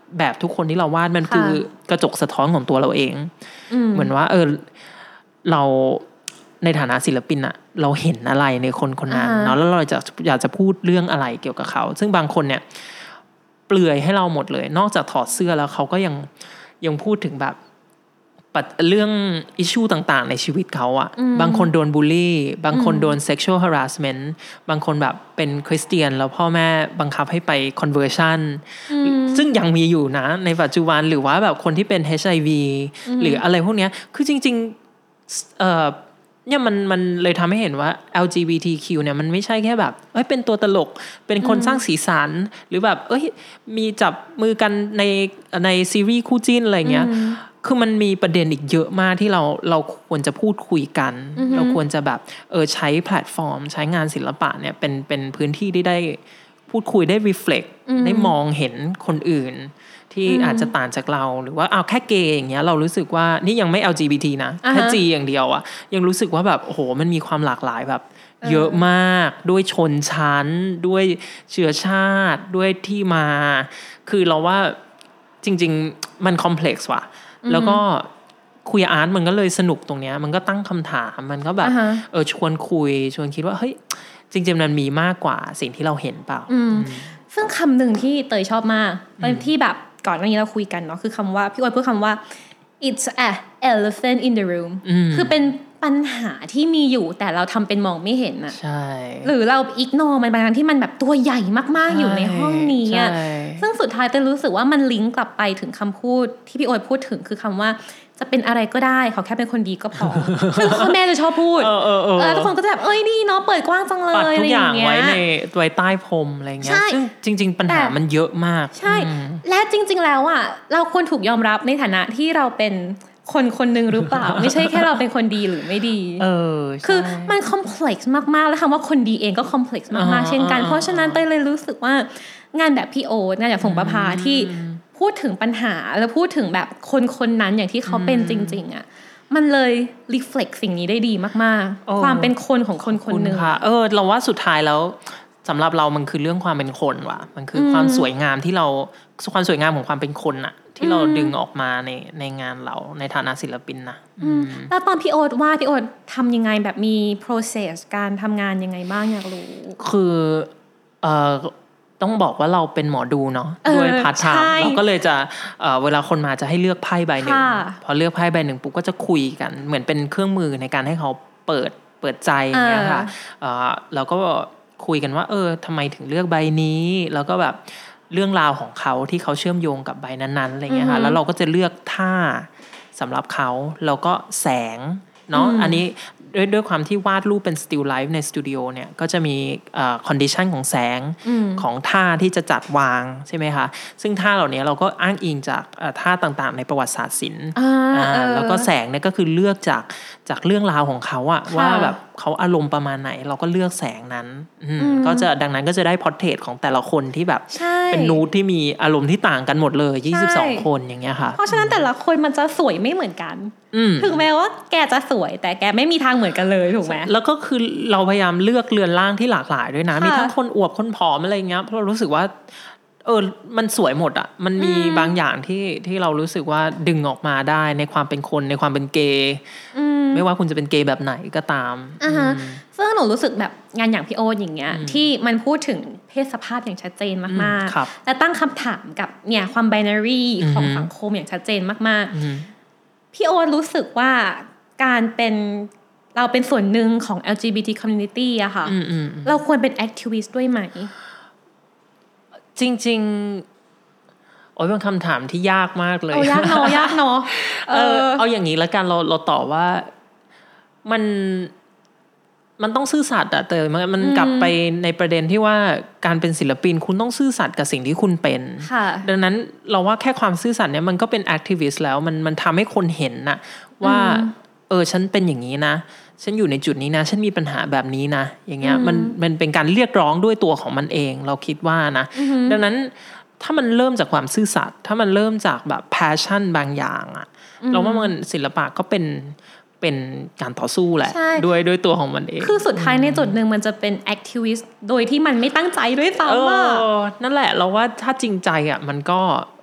[SPEAKER 3] แบบทุกคนที่เราวาดมันคือกระจกสะท้อนของตัวเราเองเหมือนว่าเออเราในฐานะศิลปินอะเราเห็นอะไรในคนคนนั้นเนาะแล้วเราจะอยากจะพูดเรื่องอะไรเกี่ยวกับเขาซึ่งบางคนเนี่ยเปลือยให้เราหมดเลยนอกจากถอดเสื้อแล้วเขาก็ยังยังพูดถึงแบบเรื่องอิชชูต่างๆในชีวิตเขาอะบางคนโดนบูลลี่บางคนโดน sexual harassment บางคนแบบเป็นคริสเตียนแล้วพ่อแม่บังคับให้ไป conversion ซึ่งยังมีอยู่นะในปัจจุบันหรือว่าแบบคนที่เป็น เอช ไอ วี หรืออะไรพวกนี้คือจริงๆเอ่อเนี่ยมันมันเลยทำให้เห็นว่า แอล จี บี ที คิว เนี่ยมันไม่ใช่แค่แบบเอ้ยเป็นตัวตลกเป็นคนสร้างสีสันหรือแบบเอ้ยมีจับมือกันในในซีรีส์คู่จิ้นอะไรเงี้ยคือมันมีประเด็นอีกเยอะมากที่เราเราควรจะพูดคุยกันเราควรจะแบบเออใช้แพลตฟอร์มใช้งานศิลปะเนี่ยเป็นเป็นพื้นที่ที่ได้พูดคุยได้ reflect ได้มองเห็นคนอื่นที่อาจจะต่างจากเราหรือว่าเอาแค่เกย์อย่างเงี้ยเรารู้สึกว่านี่ยังไม่ แอล จี บี ที นะแค่ G อย่างเดียวอะยังรู้สึกว่าแบบโอ้โหมันมีความหลากหลายแบบเยอะมากด้วยชนชั้นด้วยเชื้อชาติด้วยที่มาคือเราว่าจริงๆมันคอมเพล็กซ์ว่ะแล้วก็คุยอาร์ตมันก็เลยสนุกตรงเนี้ยมันก็ตั้งคำถามมันก็แบบเออชวนคุยชวนคิดว่าเฮ้ยจริงๆมันมีมากกว่าสิ่งที่เราเห็นเปล่า
[SPEAKER 2] ซึ่งคำหนึ่งที่เตยชอบมากที่แบบก่อนหน้านี้เราคุยกันเนาะคือคำว่าพี่ออยพูดคำว่า it's a elephant in the room คือเป็นปัญหาที่มีอยู่แต่เราทำเป็นมองไม่เห็นน่ะ
[SPEAKER 3] ใช่
[SPEAKER 2] หรือเราอิกโนมันบางครั้งที่มันแบบตัวใหญ่มากๆอยู่ในห้องนี้อ่ะซึ่งสุดท้ายเตยรู้สึกว่ามันลิงก์กลับไปถึงคำพูดที่พี่ออยพูดถึงคือคำว่าจะเป็นอะไรก็ได้เขาแค่เป็นคนดีก็พอซึ่งพ่อแม่จะชอบพูด
[SPEAKER 3] เออเออเออ
[SPEAKER 2] ทุกคนก็จะแบบเอ้ยดีเนาะเปิดกว้างจังเลย
[SPEAKER 3] อะไรอย่างเงี้ยปัดทุกอย่างไว้ในไว้ใต้พรมอะไรเงี้ยซึ่งจริงๆปัญหามันเยอะมาก
[SPEAKER 2] ใช่และจริงๆแล้วอ่ะเราควรถูกยอมรับในฐานะที่เราเป็นคนคนนึงหรือเปล่า ไม่ใช่แค่เราเป็นคนดีหรือไม่ดี
[SPEAKER 3] เออ
[SPEAKER 2] คือมันคอมเพล็กซ์มากๆแล้วคำว่าคนดีเองก็คอมเพล็กซ์มากๆเช่นกันเพราะฉะนั้นเต้ยเลยรู้สึกว่างานแบบพี่โอ๊ตงานแบบฝงประภาที่พูดถึงปัญหาแล้วพูดถึงแบบคนคนนั้นอย่างที่เขาเป็นจริงๆอ่ะมันเลย reflect สิ่งนี้ได้ดีมากๆความเป็นคนของคนคนนึง
[SPEAKER 3] ค่ะเออเราว่าสุดท้ายแล้วสำหรับเรามันคือเรื่องความเป็นคนว่ะมันคือความสวยงามที่เราความสวยงามของความเป็นคนน่ะที่เราดึงออกมาในในงานเราในฐานะศิลปินนะ
[SPEAKER 2] แล้วตอนพี่โอ๊ตว่าพี่โอ๊ตทำยังไงแบบมี process การทำงานยังไงบ้างอยากรู้
[SPEAKER 3] คือเอ่อต้องบอกว่าเราเป็นหมอดูเนาะด้วยพาร์ทไทม์เราก็เลยจะเอ่อเวลาคนมาจะให้เลือกไพ่ใบหนึ่งพอเลือกไพ่ใบหนึ่งปุ๊บก็จะคุยกันเหมือนเป็นเครื่องมือในการให้เขาเปิดเปิดใจอย่างเงี้ยค่ะเอ่อเราก็คุยกันว่าเออทำไมถึงเลือกใบนี้แล้วก็แบบเรื่องราวของเขาที่เขาเชื่อมโยงกับใบนั้นๆอะไรเงี้ยค่ะแล้วเราก็จะเลือกท่าสำหรับเขาแล้วก็แสงเนาะอันนี้ด้วยด้วยความที่วาดรูปเป็น still life ในสตูดิโอเนี่ยก็จะมีเอ่อ condition ของแสงของท่าที่จะจัดวางใช่ไหมคะซึ่งท่าเหล่านี้เราก็อ้างอิงจากท่าต่างๆในประวัติศาสตร์ศิลป์แล้วก็แสงเนี่ยก็คือเลือกจากจากเรื่องราวของเขาอะว่าแบบเขาอารมณ์ประมาณไหนเราก็เลือกแสงนั้นก็จะดังนั้นก็จะได้พอร์เทรตของแต่ละคนที่แบบเป็นนูดที่มีอารมณ์ที่ต่างกันหมดเลยยี่สิบสองคนอย่างเงี้ยค่ะ
[SPEAKER 2] เพราะฉะนั้นแต่ละคนมันจะสวยไม่เหมือนกันถึงแม้ว่าแกจะสวยแต่แกไม่มีทางเหมือนกันเลยถูกไหม
[SPEAKER 3] แล้วก็คือเราพยายามเลือกเรือนร่างที่หลากหลายด้วยนะมีทั้งคนอวบคนผอมอะไรเงี้ยเพราะเรารู้สึกว่าเออมันสวยหมดอ่ะมันมีบางอย่างที่ที่เรารู้สึกว่าดึงออกมาได้ในความเป็นคนในความเป็นเกย์ไม่ว่าคุณจะเป็นเกย์แบบไหนก็ตาม
[SPEAKER 2] อ่าฮะซึ่งหนูรู้สึกแบบงานอย่างพี่โอ๊ตอย่างเงี้ยที่มันพูดถึงเพศสภาพอย่างชัดเจนมากๆและตั้งคำถามกับเนี่ยความไบนารีของสังคมอย่างชัดเจนมากๆพี่โอ๊ตรู้สึกว่าการเป็นเราเป็นส่วนหนึ่งของ แอล จี บี ที community อะค่ะเราควรเป็น activist ด้วยไหม
[SPEAKER 3] จริงๆโอ้ยเป็นคำถามที่ยากมากเลย
[SPEAKER 2] เอายากเนาะยากเนาะ
[SPEAKER 3] เออเอาอย่างนี้แล้วกันเราเราตอบว่ามันมันต้องซื่อสัตย์อะเตยมันมันกลับไปในประเด็นที่ว่าการเป็นศิลปินคุณต้องซื่อสัตย์กับสิ่งที่คุณเป็นดังนั้นเราว่าแค่ความซื่อสัตย์เนี่ยมันก็เป็น activist แล้วมันมันทำให้คนเห็นนะว่าเออฉันเป็นอย่างนี้นะฉันอยู่ในจุดนี้นะฉันมีปัญหาแบบนี้นะอย่างเงี้ยมันมันเป็นการเรียกร้องด้วยตัวของมันเองเราคิดว่านะดังนั้นถ้ามันเริ่มจากความซื่อสัตย์ถ้ามันเริ่มจากแบบ passion บางอย่างอะเราว่ามันศิลปะก็เป็นเป็นการต่อสู้แหละด้วยด้วยตัวของมันเอง
[SPEAKER 2] คือสุดท้ายในจุดนึงมันจะเป็น activist โดยที่มันไม่ตั้งใจด้วยซ้ำอ่ะ
[SPEAKER 3] นั่นแหละเราว่าถ้าจริงใจอ่ะมันก็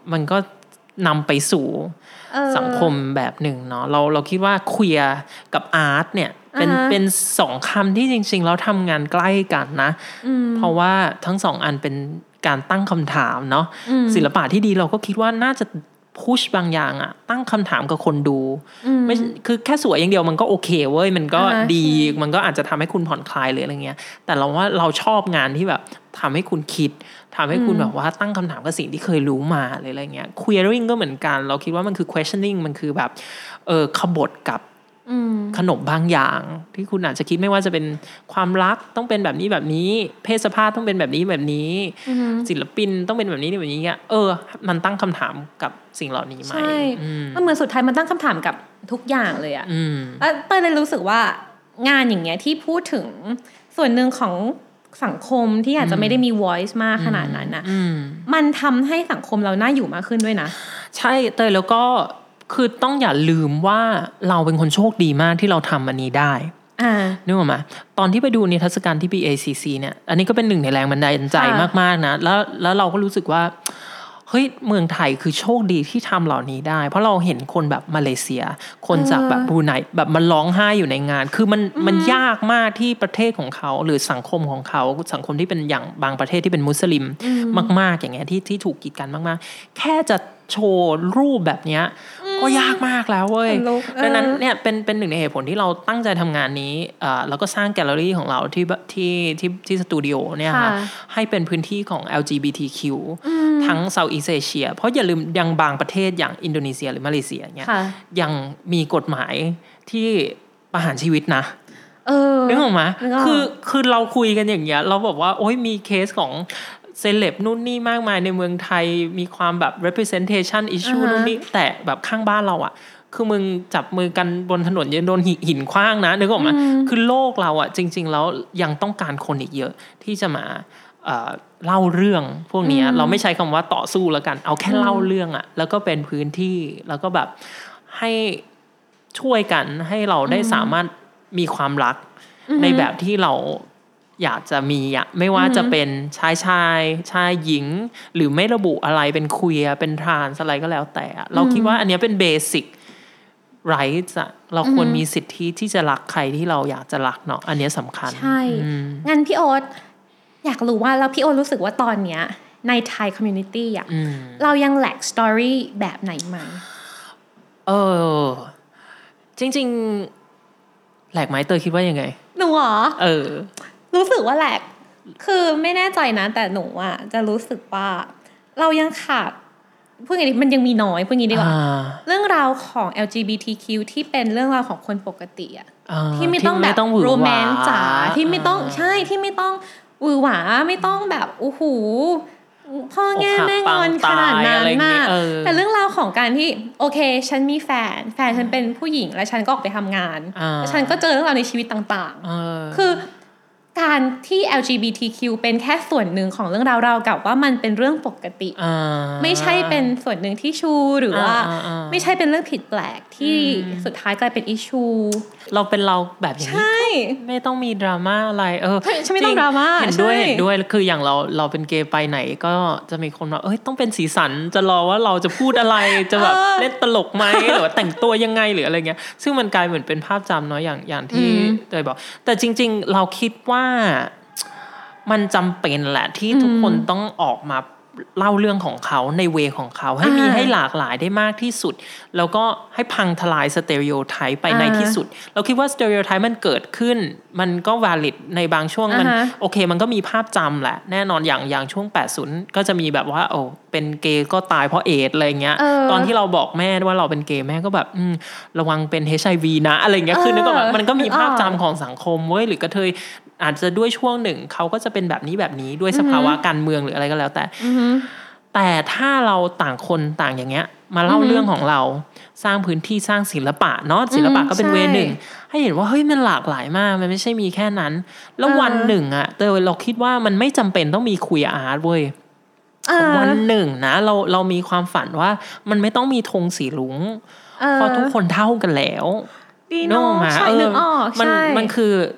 [SPEAKER 3] มันก็นำไปสู่สังคมแบบหนึ่งเนาะเราเราคิดว่าเคลียร์กับอาร์ตเนี่ยเป็น uh-huh. เป็นสองคำที่จริงๆแล้วทำงานใกล้กันนะเพราะว่าทั้งสองอันเป็นการตั้งคำถามเนาะศิลปะที่ดีเราก็คิดว่าน่าจะพุชบางอย่างอะตั้งคำถามกับคนดูไม่คือแค่สวยอย่างเดียวมันก็โอเคเว้ยมันก็ดีมันก็อาจจะทำให้คุณผ่อนคลายหรืออะไรเงี้ยแต่เราว่าเราชอบงานที่แบบทำให้คุณคิดทำให้คุณแบบว่าตั้งคำถามกับสิ่งที่เคยรู้มาหรืออะไรเงี้ย querying ก็เหมือนกันเราคิดว่ามันคือ questioning มันคือแบบเออขบฏกับขนบบางอย่างที่คุณอาจจะคิดไม่ว่าจะเป็นความรักต้องเป็นแบบนี้แบบนี้เพศสภาพต้องเป็นแบบนี้แบบนี้ศิลปินต้องเป็นแบบนี้แบบนี้เงี้ยเออมันตั้งคำถามกับสิ่งเหล่านี้ไหมใช่
[SPEAKER 2] มันเหมือนสุดท้ายมันตั้งคำถามกับทุกอย่างเลยอะแล้วเต้ยเลยรู้สึกว่างานอย่างเงี้ยที่พูดถึงส่วนหนึ่งของสังคมที่อาจจะไม่ได้มี voice มากขนาดนั้นนะมันทำให้สังคมเราน่าอยู่มากขึ้นด้วยนะ
[SPEAKER 3] ใช่เต้ยแล้วก็คือต้องอย่าลืมว่าเราเป็นคนโชคดีมากที่เราทำอันนี้ได้นึกออกไหมตอนที่ไปดูนิทรรศการที่ บี เอ ซี ซี เนี่ยอันนี้ก็เป็นหนึ่งในแรงบันดาลใจมากๆนะแล้วแล้วเราก็รู้สึกว่าเฮ้ยเมืองไทยคือโชคดีที่ทำเหล่านี้ได้เพราะเราเห็นคนแบบมาเลเซียคนจากแบบบรูไนแบบมันร้องไห้อยู่ในงานคือมันมันยากมากที่ประเทศของเขาหรือสังคมของเขาสังคมที่เป็นอย่างบางประเทศที่เป็นมุสลิมมากๆอย่างเงี้ยที่ที่ถูกกีดกันมากๆแค่จะโชว์รูปแบบเนี้ยก็ยากมากแล้วเว้ยดังนั้นเนี่ยเป็นเป็นหนึ่งในเหตุผลที่เราตั้งใจทำงานนี้อ่าแล้วก็สร้างแกลเลอรี่ของเราที่ที่ที่ที่สตูดิโอเนี่ยค่ะให้เป็นพื้นที่ของ แอล จี บี ที คิว ทั้งเซาท์อีสต์เอเชียเพราะอย่าลืมยังบางประเทศอย่างอินโดนีเซียหรือมาเลเซียเนี่ยยังมีกฎหมายที่ประหารชีวิตนะ
[SPEAKER 2] เออ
[SPEAKER 3] นึกออกไหมคือคือเราคุยกันอย่างเงี้ยเราบอกว่าโอ๊ยมีเคสของเซเลบนู่นนี่มากมายในเมืองไทยมีความแบบ representation issue นู่นนี่แต่แบบข้างบ้านเราอ่ะคือมึงจับมือกันบนถนนยังโดนหินขว้างนะนึกออกไหมคือโลกเราอ่ะจริงๆแล้วยังต้องการคนอีกเยอะที่จะมาเอ่อเล่าเรื่องพวกนี้เราไม่ใช้คำว่าต่อสู้แล้วกันเอาแค่เล่าเรื่องอ่ะแล้วก็เป็นพื้นที่แล้วก็แบบให้ช่วยกันให้เราได้สามารถมีความรักในแบบที่เราอยากจะมีอ่ะไม่ว่าจะเป็นชายชายชายหญิงหรือไม่ระบุอะไรเป็นควียร์เป็นทรานส์อะไรก็แล้วแต่เราคิดว่าอันนี้เป็นเบสิกไรท์อะเราควรมีสิทธิที่จะรักใครที่เราอยากจะรักเนาะอันนี้สำคัญ
[SPEAKER 2] ใช่งั้นพี่โอ๊ตอยากรู้ว่าแล้วพี่โอ๊ตรู้สึกว่าตอนเนี้ยในไทยคอมมูนิตี้อ่ะเรายังแลกสตอรี่แบบไหนไหม
[SPEAKER 3] เออจริงๆแหลกไหมเตยคิดว่ายังไง
[SPEAKER 2] หนูเหรอ
[SPEAKER 3] เออ
[SPEAKER 2] รู้สึกว่าแหลกคือไม่แน่ใจนะแต่หนูอ่ะจะรู้สึกว่าเรายังขาดพูดอย่างนี้มันยังมีน้อยพูดอย่างนี้ดีกว่าเรื่องราวของ แอล จี บี ที คิว ที่เป็นเรื่องราวของคนปกติอ่ะที่ไม่ต้องแบบโรแมนต์จ๋าที่ไม่ต้องใช่ที่ไม่ต้องหวือหวาไม่ต้องแบบโอ้โหพ่อแง่แม่งอนขนาดนั้นน่ะแต่เรื่องราวของการที่โอเคฉันมีแฟนแฟนฉันเป็นผู้หญิงและฉันก็ออกไปทำงานแล้วฉันก็เจอเรื่องราวในชีวิตต่างๆคือการที่ แอล จี บี ที คิว เป็นแค่ส่วนหนึ่งของเรื่องราวเรากับว่ามันเป็นเรื่องปกติไม่ใช่เป็นส่วนหนึ่งที่ชูหรือว่าไม่ใช่เป็นเรื่องผิดแปลกที่สุดท้ายกลายเป็นอิชชู
[SPEAKER 3] เราเป็นเราแบบอย่างนี้ไม่ต้องมีดราม่าอะไรเออ
[SPEAKER 2] ใช่ไม่ต้องดราม่า
[SPEAKER 3] เห็นด้วยเห็นด้วยคืออย่างเราเราเป็นเกย์ไปไหนก็จะมีคนว่าเอ้ยต้องเป็นสีสันจะรอว่าเราจะพูดอะไรจะแบบเล่นตลกไหมหรือว่าแต่งตัวยังไงหรืออะไรเงี้ยซึ่งมันกลายเหมือนเป็นภาพจำเนาะอย่างอย่างที่เตยบอกแต่จริงๆเราคิดว่ามันจำเป็นแหละที่ทุกคนต้องออกมาเล่าเรื่องของเขาในเวของเขาให้มีให้หลากหลายได้มากที่สุดแล้วก็ให้พังทลายสเตอริโอไทป์ไปในที่สุดเราคิดว่าสเตอริโอไทป์มันเกิดขึ้นมันก็ valid ในบางช่วงมันโอเคมันก็มีภาพจำแหละแน่นอนอย่างอย่างช่วงแปดสิบก็จะมีแบบว่าโอ้เป็นเกย์ก็ตายเพราะเอดส์อะไรเงี้ยตอนที่เราบอกแม่ว่าเราเป็นเกย์แม่ก็แบบระวังเป็น เอช ไอ วี นะอะไรเงี้ยคือนึกออกมั้ยมันก็มีภาพจำของสังคมเว้ยหรือกระเทยอาจจะด้วยช่วงหนึ่งเขาก็จะเป็นแบบนี้แบบนี้ด้วยสภาวะการเมืองหรืออะไรก็แล้วแต่แต่ถ้าเราต่างคนต่างอย่างเงี้ยมาเล่าเรื่องของเราสร้างพื้นที่สร้างศิลปะเนาะศิลปะก็เป็นเวหนึ่งให้เห็นว่าเฮ้ยมันหลากหลายมากมันไม่ใช่มีแค่นั้นแล้ววันหนึ่งอะแต่เราคิดว่ามันไม่จำเป็นต้องมีคุยอาร์ตเว้ยวันหนึ่งนะเราเรามีความฝันว่ามันไม่ต้องมีธงสีรุ้งเพราะทุกคนเท่ากันแล้ว
[SPEAKER 2] ดีเนาะใช่นึกออก
[SPEAKER 3] มันมันคือ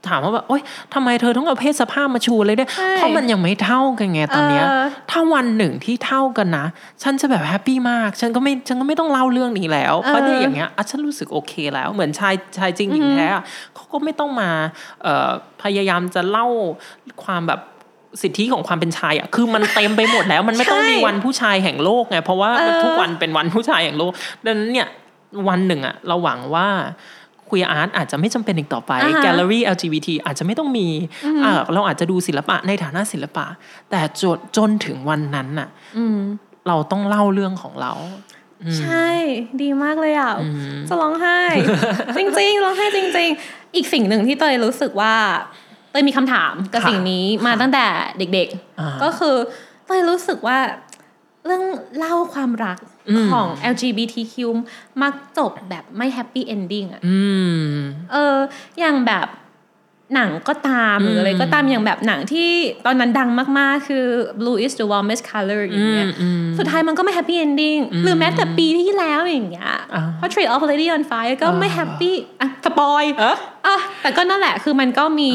[SPEAKER 3] ถามว่าแบบโอ๊ยทำไมเธอต้องเอาเพศสภาพมาชูเลยด้วยเพราะมันยังไม่เท่ากันไงตอนเนี้ยถ้าวันหนึ่งที่เท่ากันนะฉันจะแบบแฮปปี้มากฉันก็ไม่ฉันก็ไม่ต้องเล่าเรื่องนี้แล้วเพราะเนี่ยอย่างเงี้ยอ่ะฉันรู้สึกโอเคแล้วเหมือนชายชายจริงหญิงแท้เขาก็ไม่ต้องมาเอ่อพยายามจะเล่าความแบบสิทธิของความเป็นชายอ่ะคือมันเต็มไปหมดแล้วมันไม่ต้องมีวันผู้ชายแห่งโลกไงเพราะว่าทุกวันเป็นวันผู้ชายแห่งโลกดังนั้นเนี่ยวันหนึ่งอ่ะเราหวังว่าqueer art อาจจะไม่จำเป็นอีกต่อไป uh-huh. gallery แอล จี บี ที อาจจะไม่ต้องมี uh-huh. เราอาจจะดูศิลปะในฐานะศิลปะแต่จนจนถึงวันนั้นน่ะ uh-huh. เราต้องเล่าเรื่องของเรา
[SPEAKER 2] uh-huh. ใช่ดีมากเลยอ่ะ uh-huh. จะร้องไห้ จริงๆร้องไห้จริงๆอีกสิ่งหนึ่งที่เตยรู้สึกว่าเตยมีคำถามกับสิ่งนี้มาตั้งแต่เด็กๆ uh-huh. ก็คือเตยรู้สึกว่าเรื่องเล่าความรักของ แอล จี บี ที คิว มักจบแบบไม่แฮปปี้เอนดิ้งอ่ะเอออย่างแบบหนังก็ตามหรืออะไรก็ตามอย่างแบบหนังที่ตอนนั้นดังมากๆคือ Blue is the warmest color อย่างเงี้ยสุดท้ายมันก็ไม่แฮปปี้เอนดิ้งหรือแม้แต่ปีที่แล้วอย่างเงี้ย Portrait of a Lady on Fire ก็ไม่แฮปปี้อ่ะสปอยอ่ะแต่ก็นั่นแหละคือมันก็มี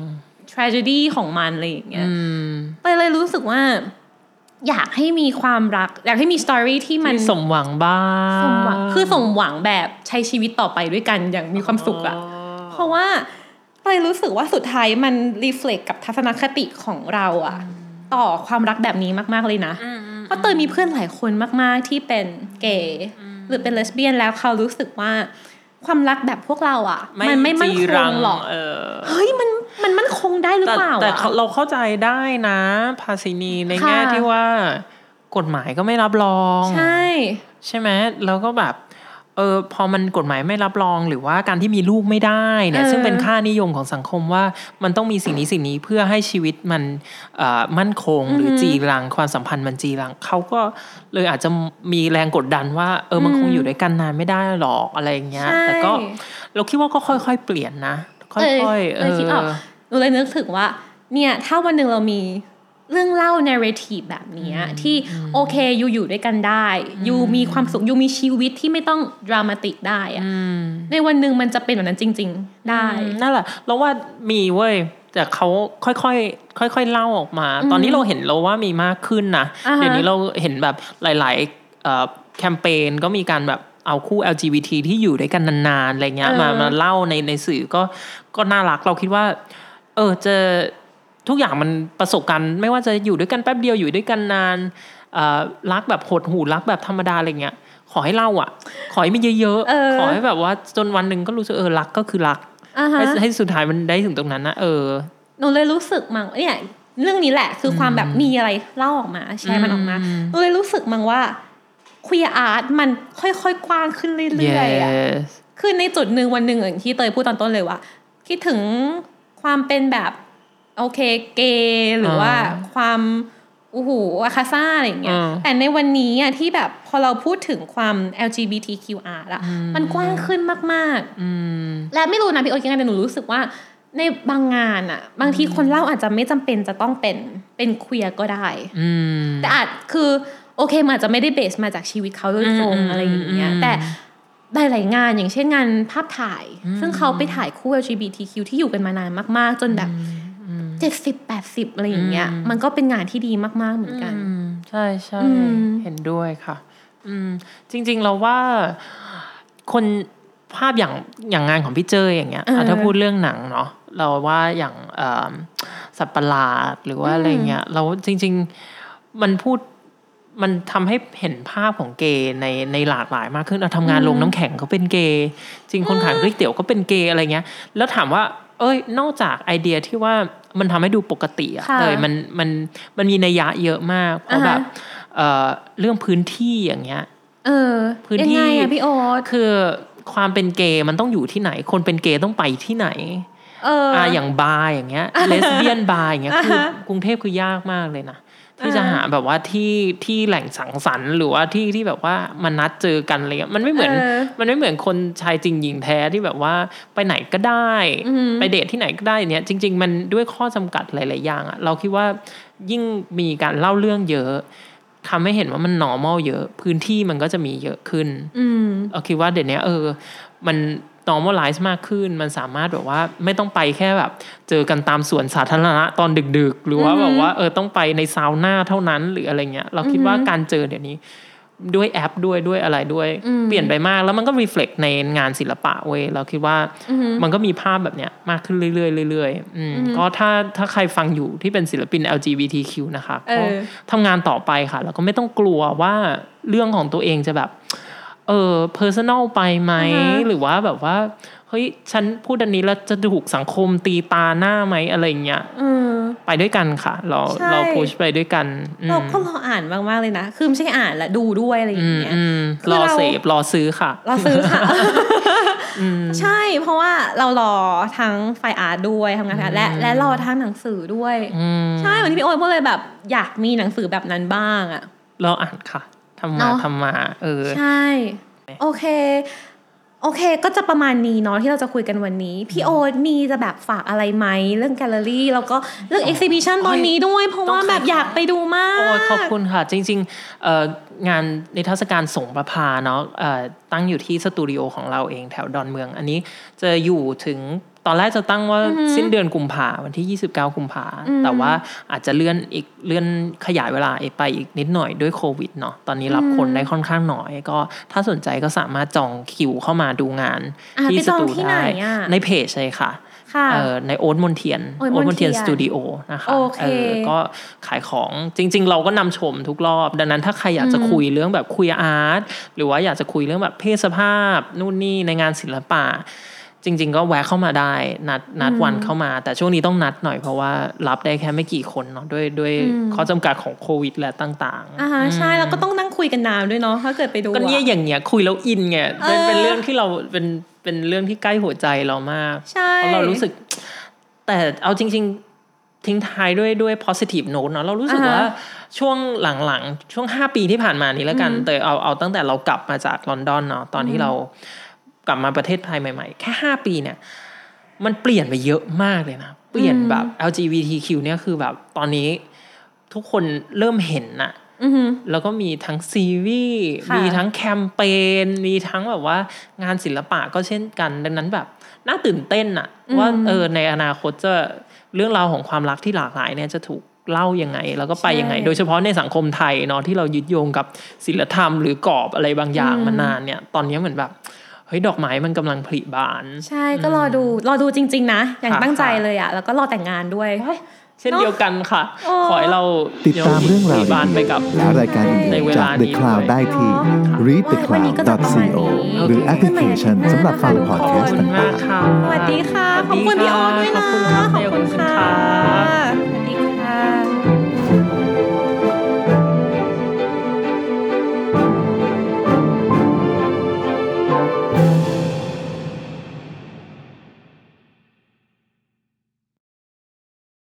[SPEAKER 2] tragedy ของมันอะไรอย่างเงี้ยไปเลยรู้สึกว่าอยากให้มีความรักอยากให้มีสตอรี่ที่มัน
[SPEAKER 3] สมหวังบ้าง
[SPEAKER 2] สมหวังคือสมหวังแบบใช้ชีวิตต่อไปด้วยกันอย่างมีความสุขอ่ะเพราะว่าเตยรู้สึกว่าสุดท้ายมันรีเฟล็กกับทัศนคติของเราอ่ะต่อความรักแบบนี้มากๆเลยนะเพราะเตยมีเพื่อนหลายคนมากๆที่เป็นเกย์หรือเป็นเลสเบี้ยนแล้วเขารู้สึกว่าความรักแบบพวกเราอ่ะมันไม่มั่นคงหรอกเฮ้ยมันมันมั่นคงได้หรือเปล่า
[SPEAKER 3] แต่เราเข้าใจได้นะภาษินีในแง่ที่ว่ากฎหมายก็ไม่รับรอง
[SPEAKER 2] ใช่
[SPEAKER 3] ใช่ไหมแล้วก็แบบเออพอมันกฎหมายไม่รับรองหรือว่าการที่มีลูกไม่ได้เนี่ยซึ่งเป็นค่านิยมของสังคมว่ามันต้องมีสิ่งนี้สิ่งนี้เพื่อให้ชีวิตมันมั่นคงหรือจีรังความสัมพันธ์มันจีรังเขาก็เลยอาจจะมีแรงกดดันว่าเออมันคงอยู่ด้วยกันนานไม่ได้หรอกอะไรอย่างเงี้ยแต่ก็เราคิดว่าก็ค่อยๆเปลี่ยนนะค่อยๆเออ
[SPEAKER 2] คิดออกหนูเลยนึกถึงว่าเนี่ยถ้าวันหนึ่งเรามีเรื่องเล่า narrative แบบนี้ที่โอเคอยู่อยู่ด้วยกันได้อยู่มีความสุขอยู่มีชีวิตที่ไม่ต้องดรามาติกได้อะในวันหนึ่งมันจะเป็นแบบนั้นจริงๆได้
[SPEAKER 3] นั่นแหละเราว่ามีเว้ยแต่เขาค่อยๆค่อยๆเล่าออกมาตอนนี้เราเห็นเราว่ามีมากขึ้นนะเดี๋ยวนี้เราเห็นแบบหลายๆแคมเปญก็มีการแบบเอาคู่ แอล จี บี ที ที่อยู่ด้วยกันนานๆอะไรเงี้ยมามาเล่าในในสื่อก็ก็น่ารักเราคิดว่าเออจะทุกอย่างมันประสบการณ์ไม่ว่าจะอยู่ด้วยกันแป๊บเดียวอยู่ด้วยกันนานรักแบบหดหู่รักแบบธรรมดาอะไรเงี้ยขอให้เล่าอ่ะขอให้มีเยอะๆขอให้แบบว่าจนวันนึงก็รู้สึกเออรักก็คือรัก uh-huh. ให้ให้สุดท้ายมันได้ถึงตรงนั้นนะเออ
[SPEAKER 2] หนูเลยรู้สึกมั้งเนี่ยเรื่องนี้แหละคือความแบบมีอะไรเล่าออกมาแชร์มันออกมาหนูเลยรู้สึกมั้งว่าqueer art มันค่อยๆกว้างขึ้นเรื่อยๆอ่ะคือในจุดนึงวันนึงอย่างที่เตยพูดตอนต้นเลยว่าคิดถึงความเป็นแบบโอเคเกย์หรือว่าความโอ้โหอาคาซ่าอะไรอย่างเงี้ยแต่ในวันนี้อ่ะที่แบบพอเราพูดถึงความ แอล จี บี ที คิว อาร์ อ่ะมันกว้างขึ้นมากๆและไม่รู้นะพี่โอ๊ตยังไงแต่หนูรู้สึกว่าในบางงานอ่ะบางทีคนเล่าอาจจะไม่จำเป็นจะต้องเป็นเป็นเคลียร์ก็ได้แต่อาจคือโอเคมันอาจจะไม่ได้เบสมาจากชีวิตเขาโดยตรงอะไรอย่างเงี้ยแต่หลายๆงานอย่างเช่นงานภาพถ่ายซึ่งเขาไปถ่ายคู่ แอล จี บี ที คิว ที่อยู่กันมานานมากๆจนแบบเจ็ดสิบ แปดสิบอะไรอย่างเงี้ยมันก็เป็นงานที่ดีมากๆเหมือนกัน
[SPEAKER 3] ใช่ๆเห็นด้วยค่ะอืมจริงๆเราว่าคนภาพอย่างอย่างงานของพี่เจ้ยอย่างเงี้ยถ้าพูดเรื่องหนังเนาะเราว่าอย่างสัตว์ประหลาดหรือว่าอะไรเงี้ยเราจริงๆมันพูดมันทำให้เห็นภาพของเกย์ในในหลากหลายมากขึ้นเราทำงานลงน้ำแข็งเขาเป็นเกย์จริงคนขายก๋วยเตี๋ยวก็เป็นเกย์อะไรเงี้ยแล้วถามว่าเอ้ยนอกจากไอเดียที่ว่ามันทำให้ดูปกติอะเลยมันมันมันมีนัยยะเยอะมากเพราะแบบเอ่อเรื่องพื้นที่อย่างเงี้ย
[SPEAKER 2] เออพื้นที่ยังไงอะพี่โอ๊ต
[SPEAKER 3] คือความเป็นเกย์มันต้องอยู่ที่ไหนคนเป็นเกย์ต้องไปที่ไหน
[SPEAKER 2] เอออ่
[SPEAKER 3] าอย่างบาร์อย่างเงี้ยเลสเบี้ยนบาร์อย่างเงี้ยคือกรุงเทพคือยากมากเลยนะที่จะหาแบบว่าที่ที่แหล่งสังสรรค์หรือว่าที่ที่แบบว่ามันนัดเจอกันอะไรเงี้ยมันไม่เหมือนมันไม่เหมือนคนชายจริงหญิงแท้ที่แบบว่าไปไหนก็ได้ไปเดทที่ไหนก็ได้เนี่ยจริงๆมันด้วยข้อจำกัดหลายๆอย่างอ่ะเราคิดว่ายิ่งมีการเล่าเรื่องเยอะทำให้เห็นว่ามัน normal เยอะพื้นที่มันก็จะมีเยอะขึ้นเราคิดว่าเดี๋ยวนี้เออมัน normalize มากขึ้นมันสามารถแบบว่าไม่ต้องไปแค่แบบเจอกันตามสวนสาธารณะตอนดึกๆหรือว่าแบบว่าเออต้องไปในซาวน่าเท่านั้นหรืออะไรเงี้ยเราคิดว่าการเจอเดี๋ยวนี้ด้วยแอปด้วยด้วยอะไรด้วยเปลี่ยนไปมากแล้วมันก็ reflect ในงานศิลปะเว้ยเราคิดว่ามันก็มีภาพแบบเนี้ยมากขึ้นเรื่อยๆเรื่อยๆก็ถ้าถ้าใครฟังอยู่ที่เป็นศิลปิน แอล จี บี ที คิว นะคะก็ทำงานต่อไปค่ะแล้วก็ไม่ต้องกลัวว่าเรื่องของตัวเองจะแบบเออ personal ไปไหมหรือว่าแบบว่าเฮ้ยฉันพูดอันนี้แล้วจะถูกสังคมตีตาหน้าไหมอะไรเงี้ยไปด้วยกันค่ะเราเราพุชไปด้วยกัน
[SPEAKER 2] เราก็รออ่านมากๆเลยนะคือไม่ใช่อ่านและดูด้วยอะไรอย่างเงี้ย
[SPEAKER 3] รอเสพรอซื้อค่ะ
[SPEAKER 2] รอซื้อค่ะใช่เพราะว่าเรารอทั้งไฟอาร์ตด้วยทำงานและและรอทั้งหนังสือด้วยใช่วันที่พี่โอ๊ตพูดเลยแบบอยากมีหนังสือแบบนั้นบ้างอ่ะ
[SPEAKER 3] เราอ่านค่ะทำมาทำมาเออ
[SPEAKER 2] ใช่โอเคโอเคก็จะประมาณนี้เนาะที่เราจะคุยกันวันนี้พี่โอ๊ตมีจะแบบฝากอะไรไหมเรื่องแกลเลอรี่แล้วก็เรื่อง exhibition ตอนนี้ด้วยเพราะว่าแบบอยากไปดูมาก
[SPEAKER 3] โอ้ขอบคุณค่ะจริงๆเอ่องานนิทรรศการสงประภาเนาะเอ่อตั้งอยู่ที่สตูดิโอของเราเองแถวดอนเมืองอันนี้จะอยู่ถึงตอนแรกจะตั้งว่าสิ้นเดือนกุมภาวันที่ยี่สิบเก้ากุมภาแต่ว่าอาจจะเลื่อนอีกเลื่อนขยายเวลาไปอีกนิดหน่อยด้วยโควิดเนาะตอนนี้รับคนได้ค่อนข้างน้อยก็ถ้าสนใจก็สามารถจองคิวเข้ามาดูงานที่สตูได้ในเพจเลยค่ะเอ่อในโอ๊ตมนเทียนโอ๊ตมนเทียนสตูดิโอนะคะเออก็ขายของจริงๆเราก็นำชมทุกรอบดังนั้นถ้าใครอยากจะคุยเรื่องแบบคุยอาร์ตหรือว่าอยากจะคุยเรื่องแบบเพศสภาพนู่นนี่ในงานศิลปะจริงๆก็แวะเข้ามาได้นัดนัดวันเข้ามาแต่ช่วงนี้ต้องนัดหน่อยเพราะว่ารับได้แค่ไม่กี่คนเนาะด้วยด้วยข้อจำกัดของโควิดและต่าง
[SPEAKER 2] ๆอ่าใช่แล้วก็ต้องนั่งคุยกันนานด้วยเนาะถ้าเกิดไปดู
[SPEAKER 3] ก็เนี่ยอย่างเงี้ยคุยแล้วอินไงเป็นเป็นเรื่องที่เราเป็นเป็นเรื่องที่ใกล้หัวใจเรามากเพราะเรารู้สึกแต่เอาจริงๆทิ้งท้ายด้วยด้วย positive note เนาะเรารู้สึกว่าช่วงหลังๆช่วงห้าปีที่ผ่านมานี้แล้วกันแต่เอาเอาตั้งแต่เรากลับมาจากลอนดอนเนาะตอนที่เรากลับมาประเทศไทยใหม่ๆแค่ห้าปีเนี่ยมันเปลี่ยนไปเยอะมากเลยนะเปลี่ยนแบบ แอล จี บี ที คิว เนี่ยคือแบบตอนนี้ทุกคนเริ่มเห็นน่ะแล้วก็มีทั้งซีรีส์มีทั้งแคมเปญมีทั้งแบบว่างานศิลปะก็เช่นกันดังนั้นแบบน่าตื่นเต้นน่ะว่าเออในอนาคตจะเรื่องราวของความรักที่หลากหลายเนี่ยจะถูกเล่ายังไงแล้วก็ไปยังไงโดยเฉพาะในสังคมไทยเนาะที่เรายึดโยงกับศีลธรรมหรือกรอบอะไรบางอย่างมานานเนี่ยตอนนี้เหมือนแบบเฮ้ยดอกไม้มันกำลังผลิบาน
[SPEAKER 2] ใช่ก็รอดูรอดูจริงๆนะอย่างตั้งใจเลยอ่ะแล้วก็รอแต่งงานด้วย
[SPEAKER 3] เช่นเดียวกันค่ะขอให้เรา
[SPEAKER 1] ติดตามเรื่องราว
[SPEAKER 3] บ้านไปกับ
[SPEAKER 1] และรายการอื่นๆจาก The Cloud ได้ที่ รีด เดอะ คลาวด์ ดอท ซี โอ หรือแอปพลิเคชันสำหรับฟังพอดแคสต์ต่าง
[SPEAKER 2] ๆสวัสดีค่ะขอบคุณพี่โอ๊ตด้วยนะขอบคุณค่ะ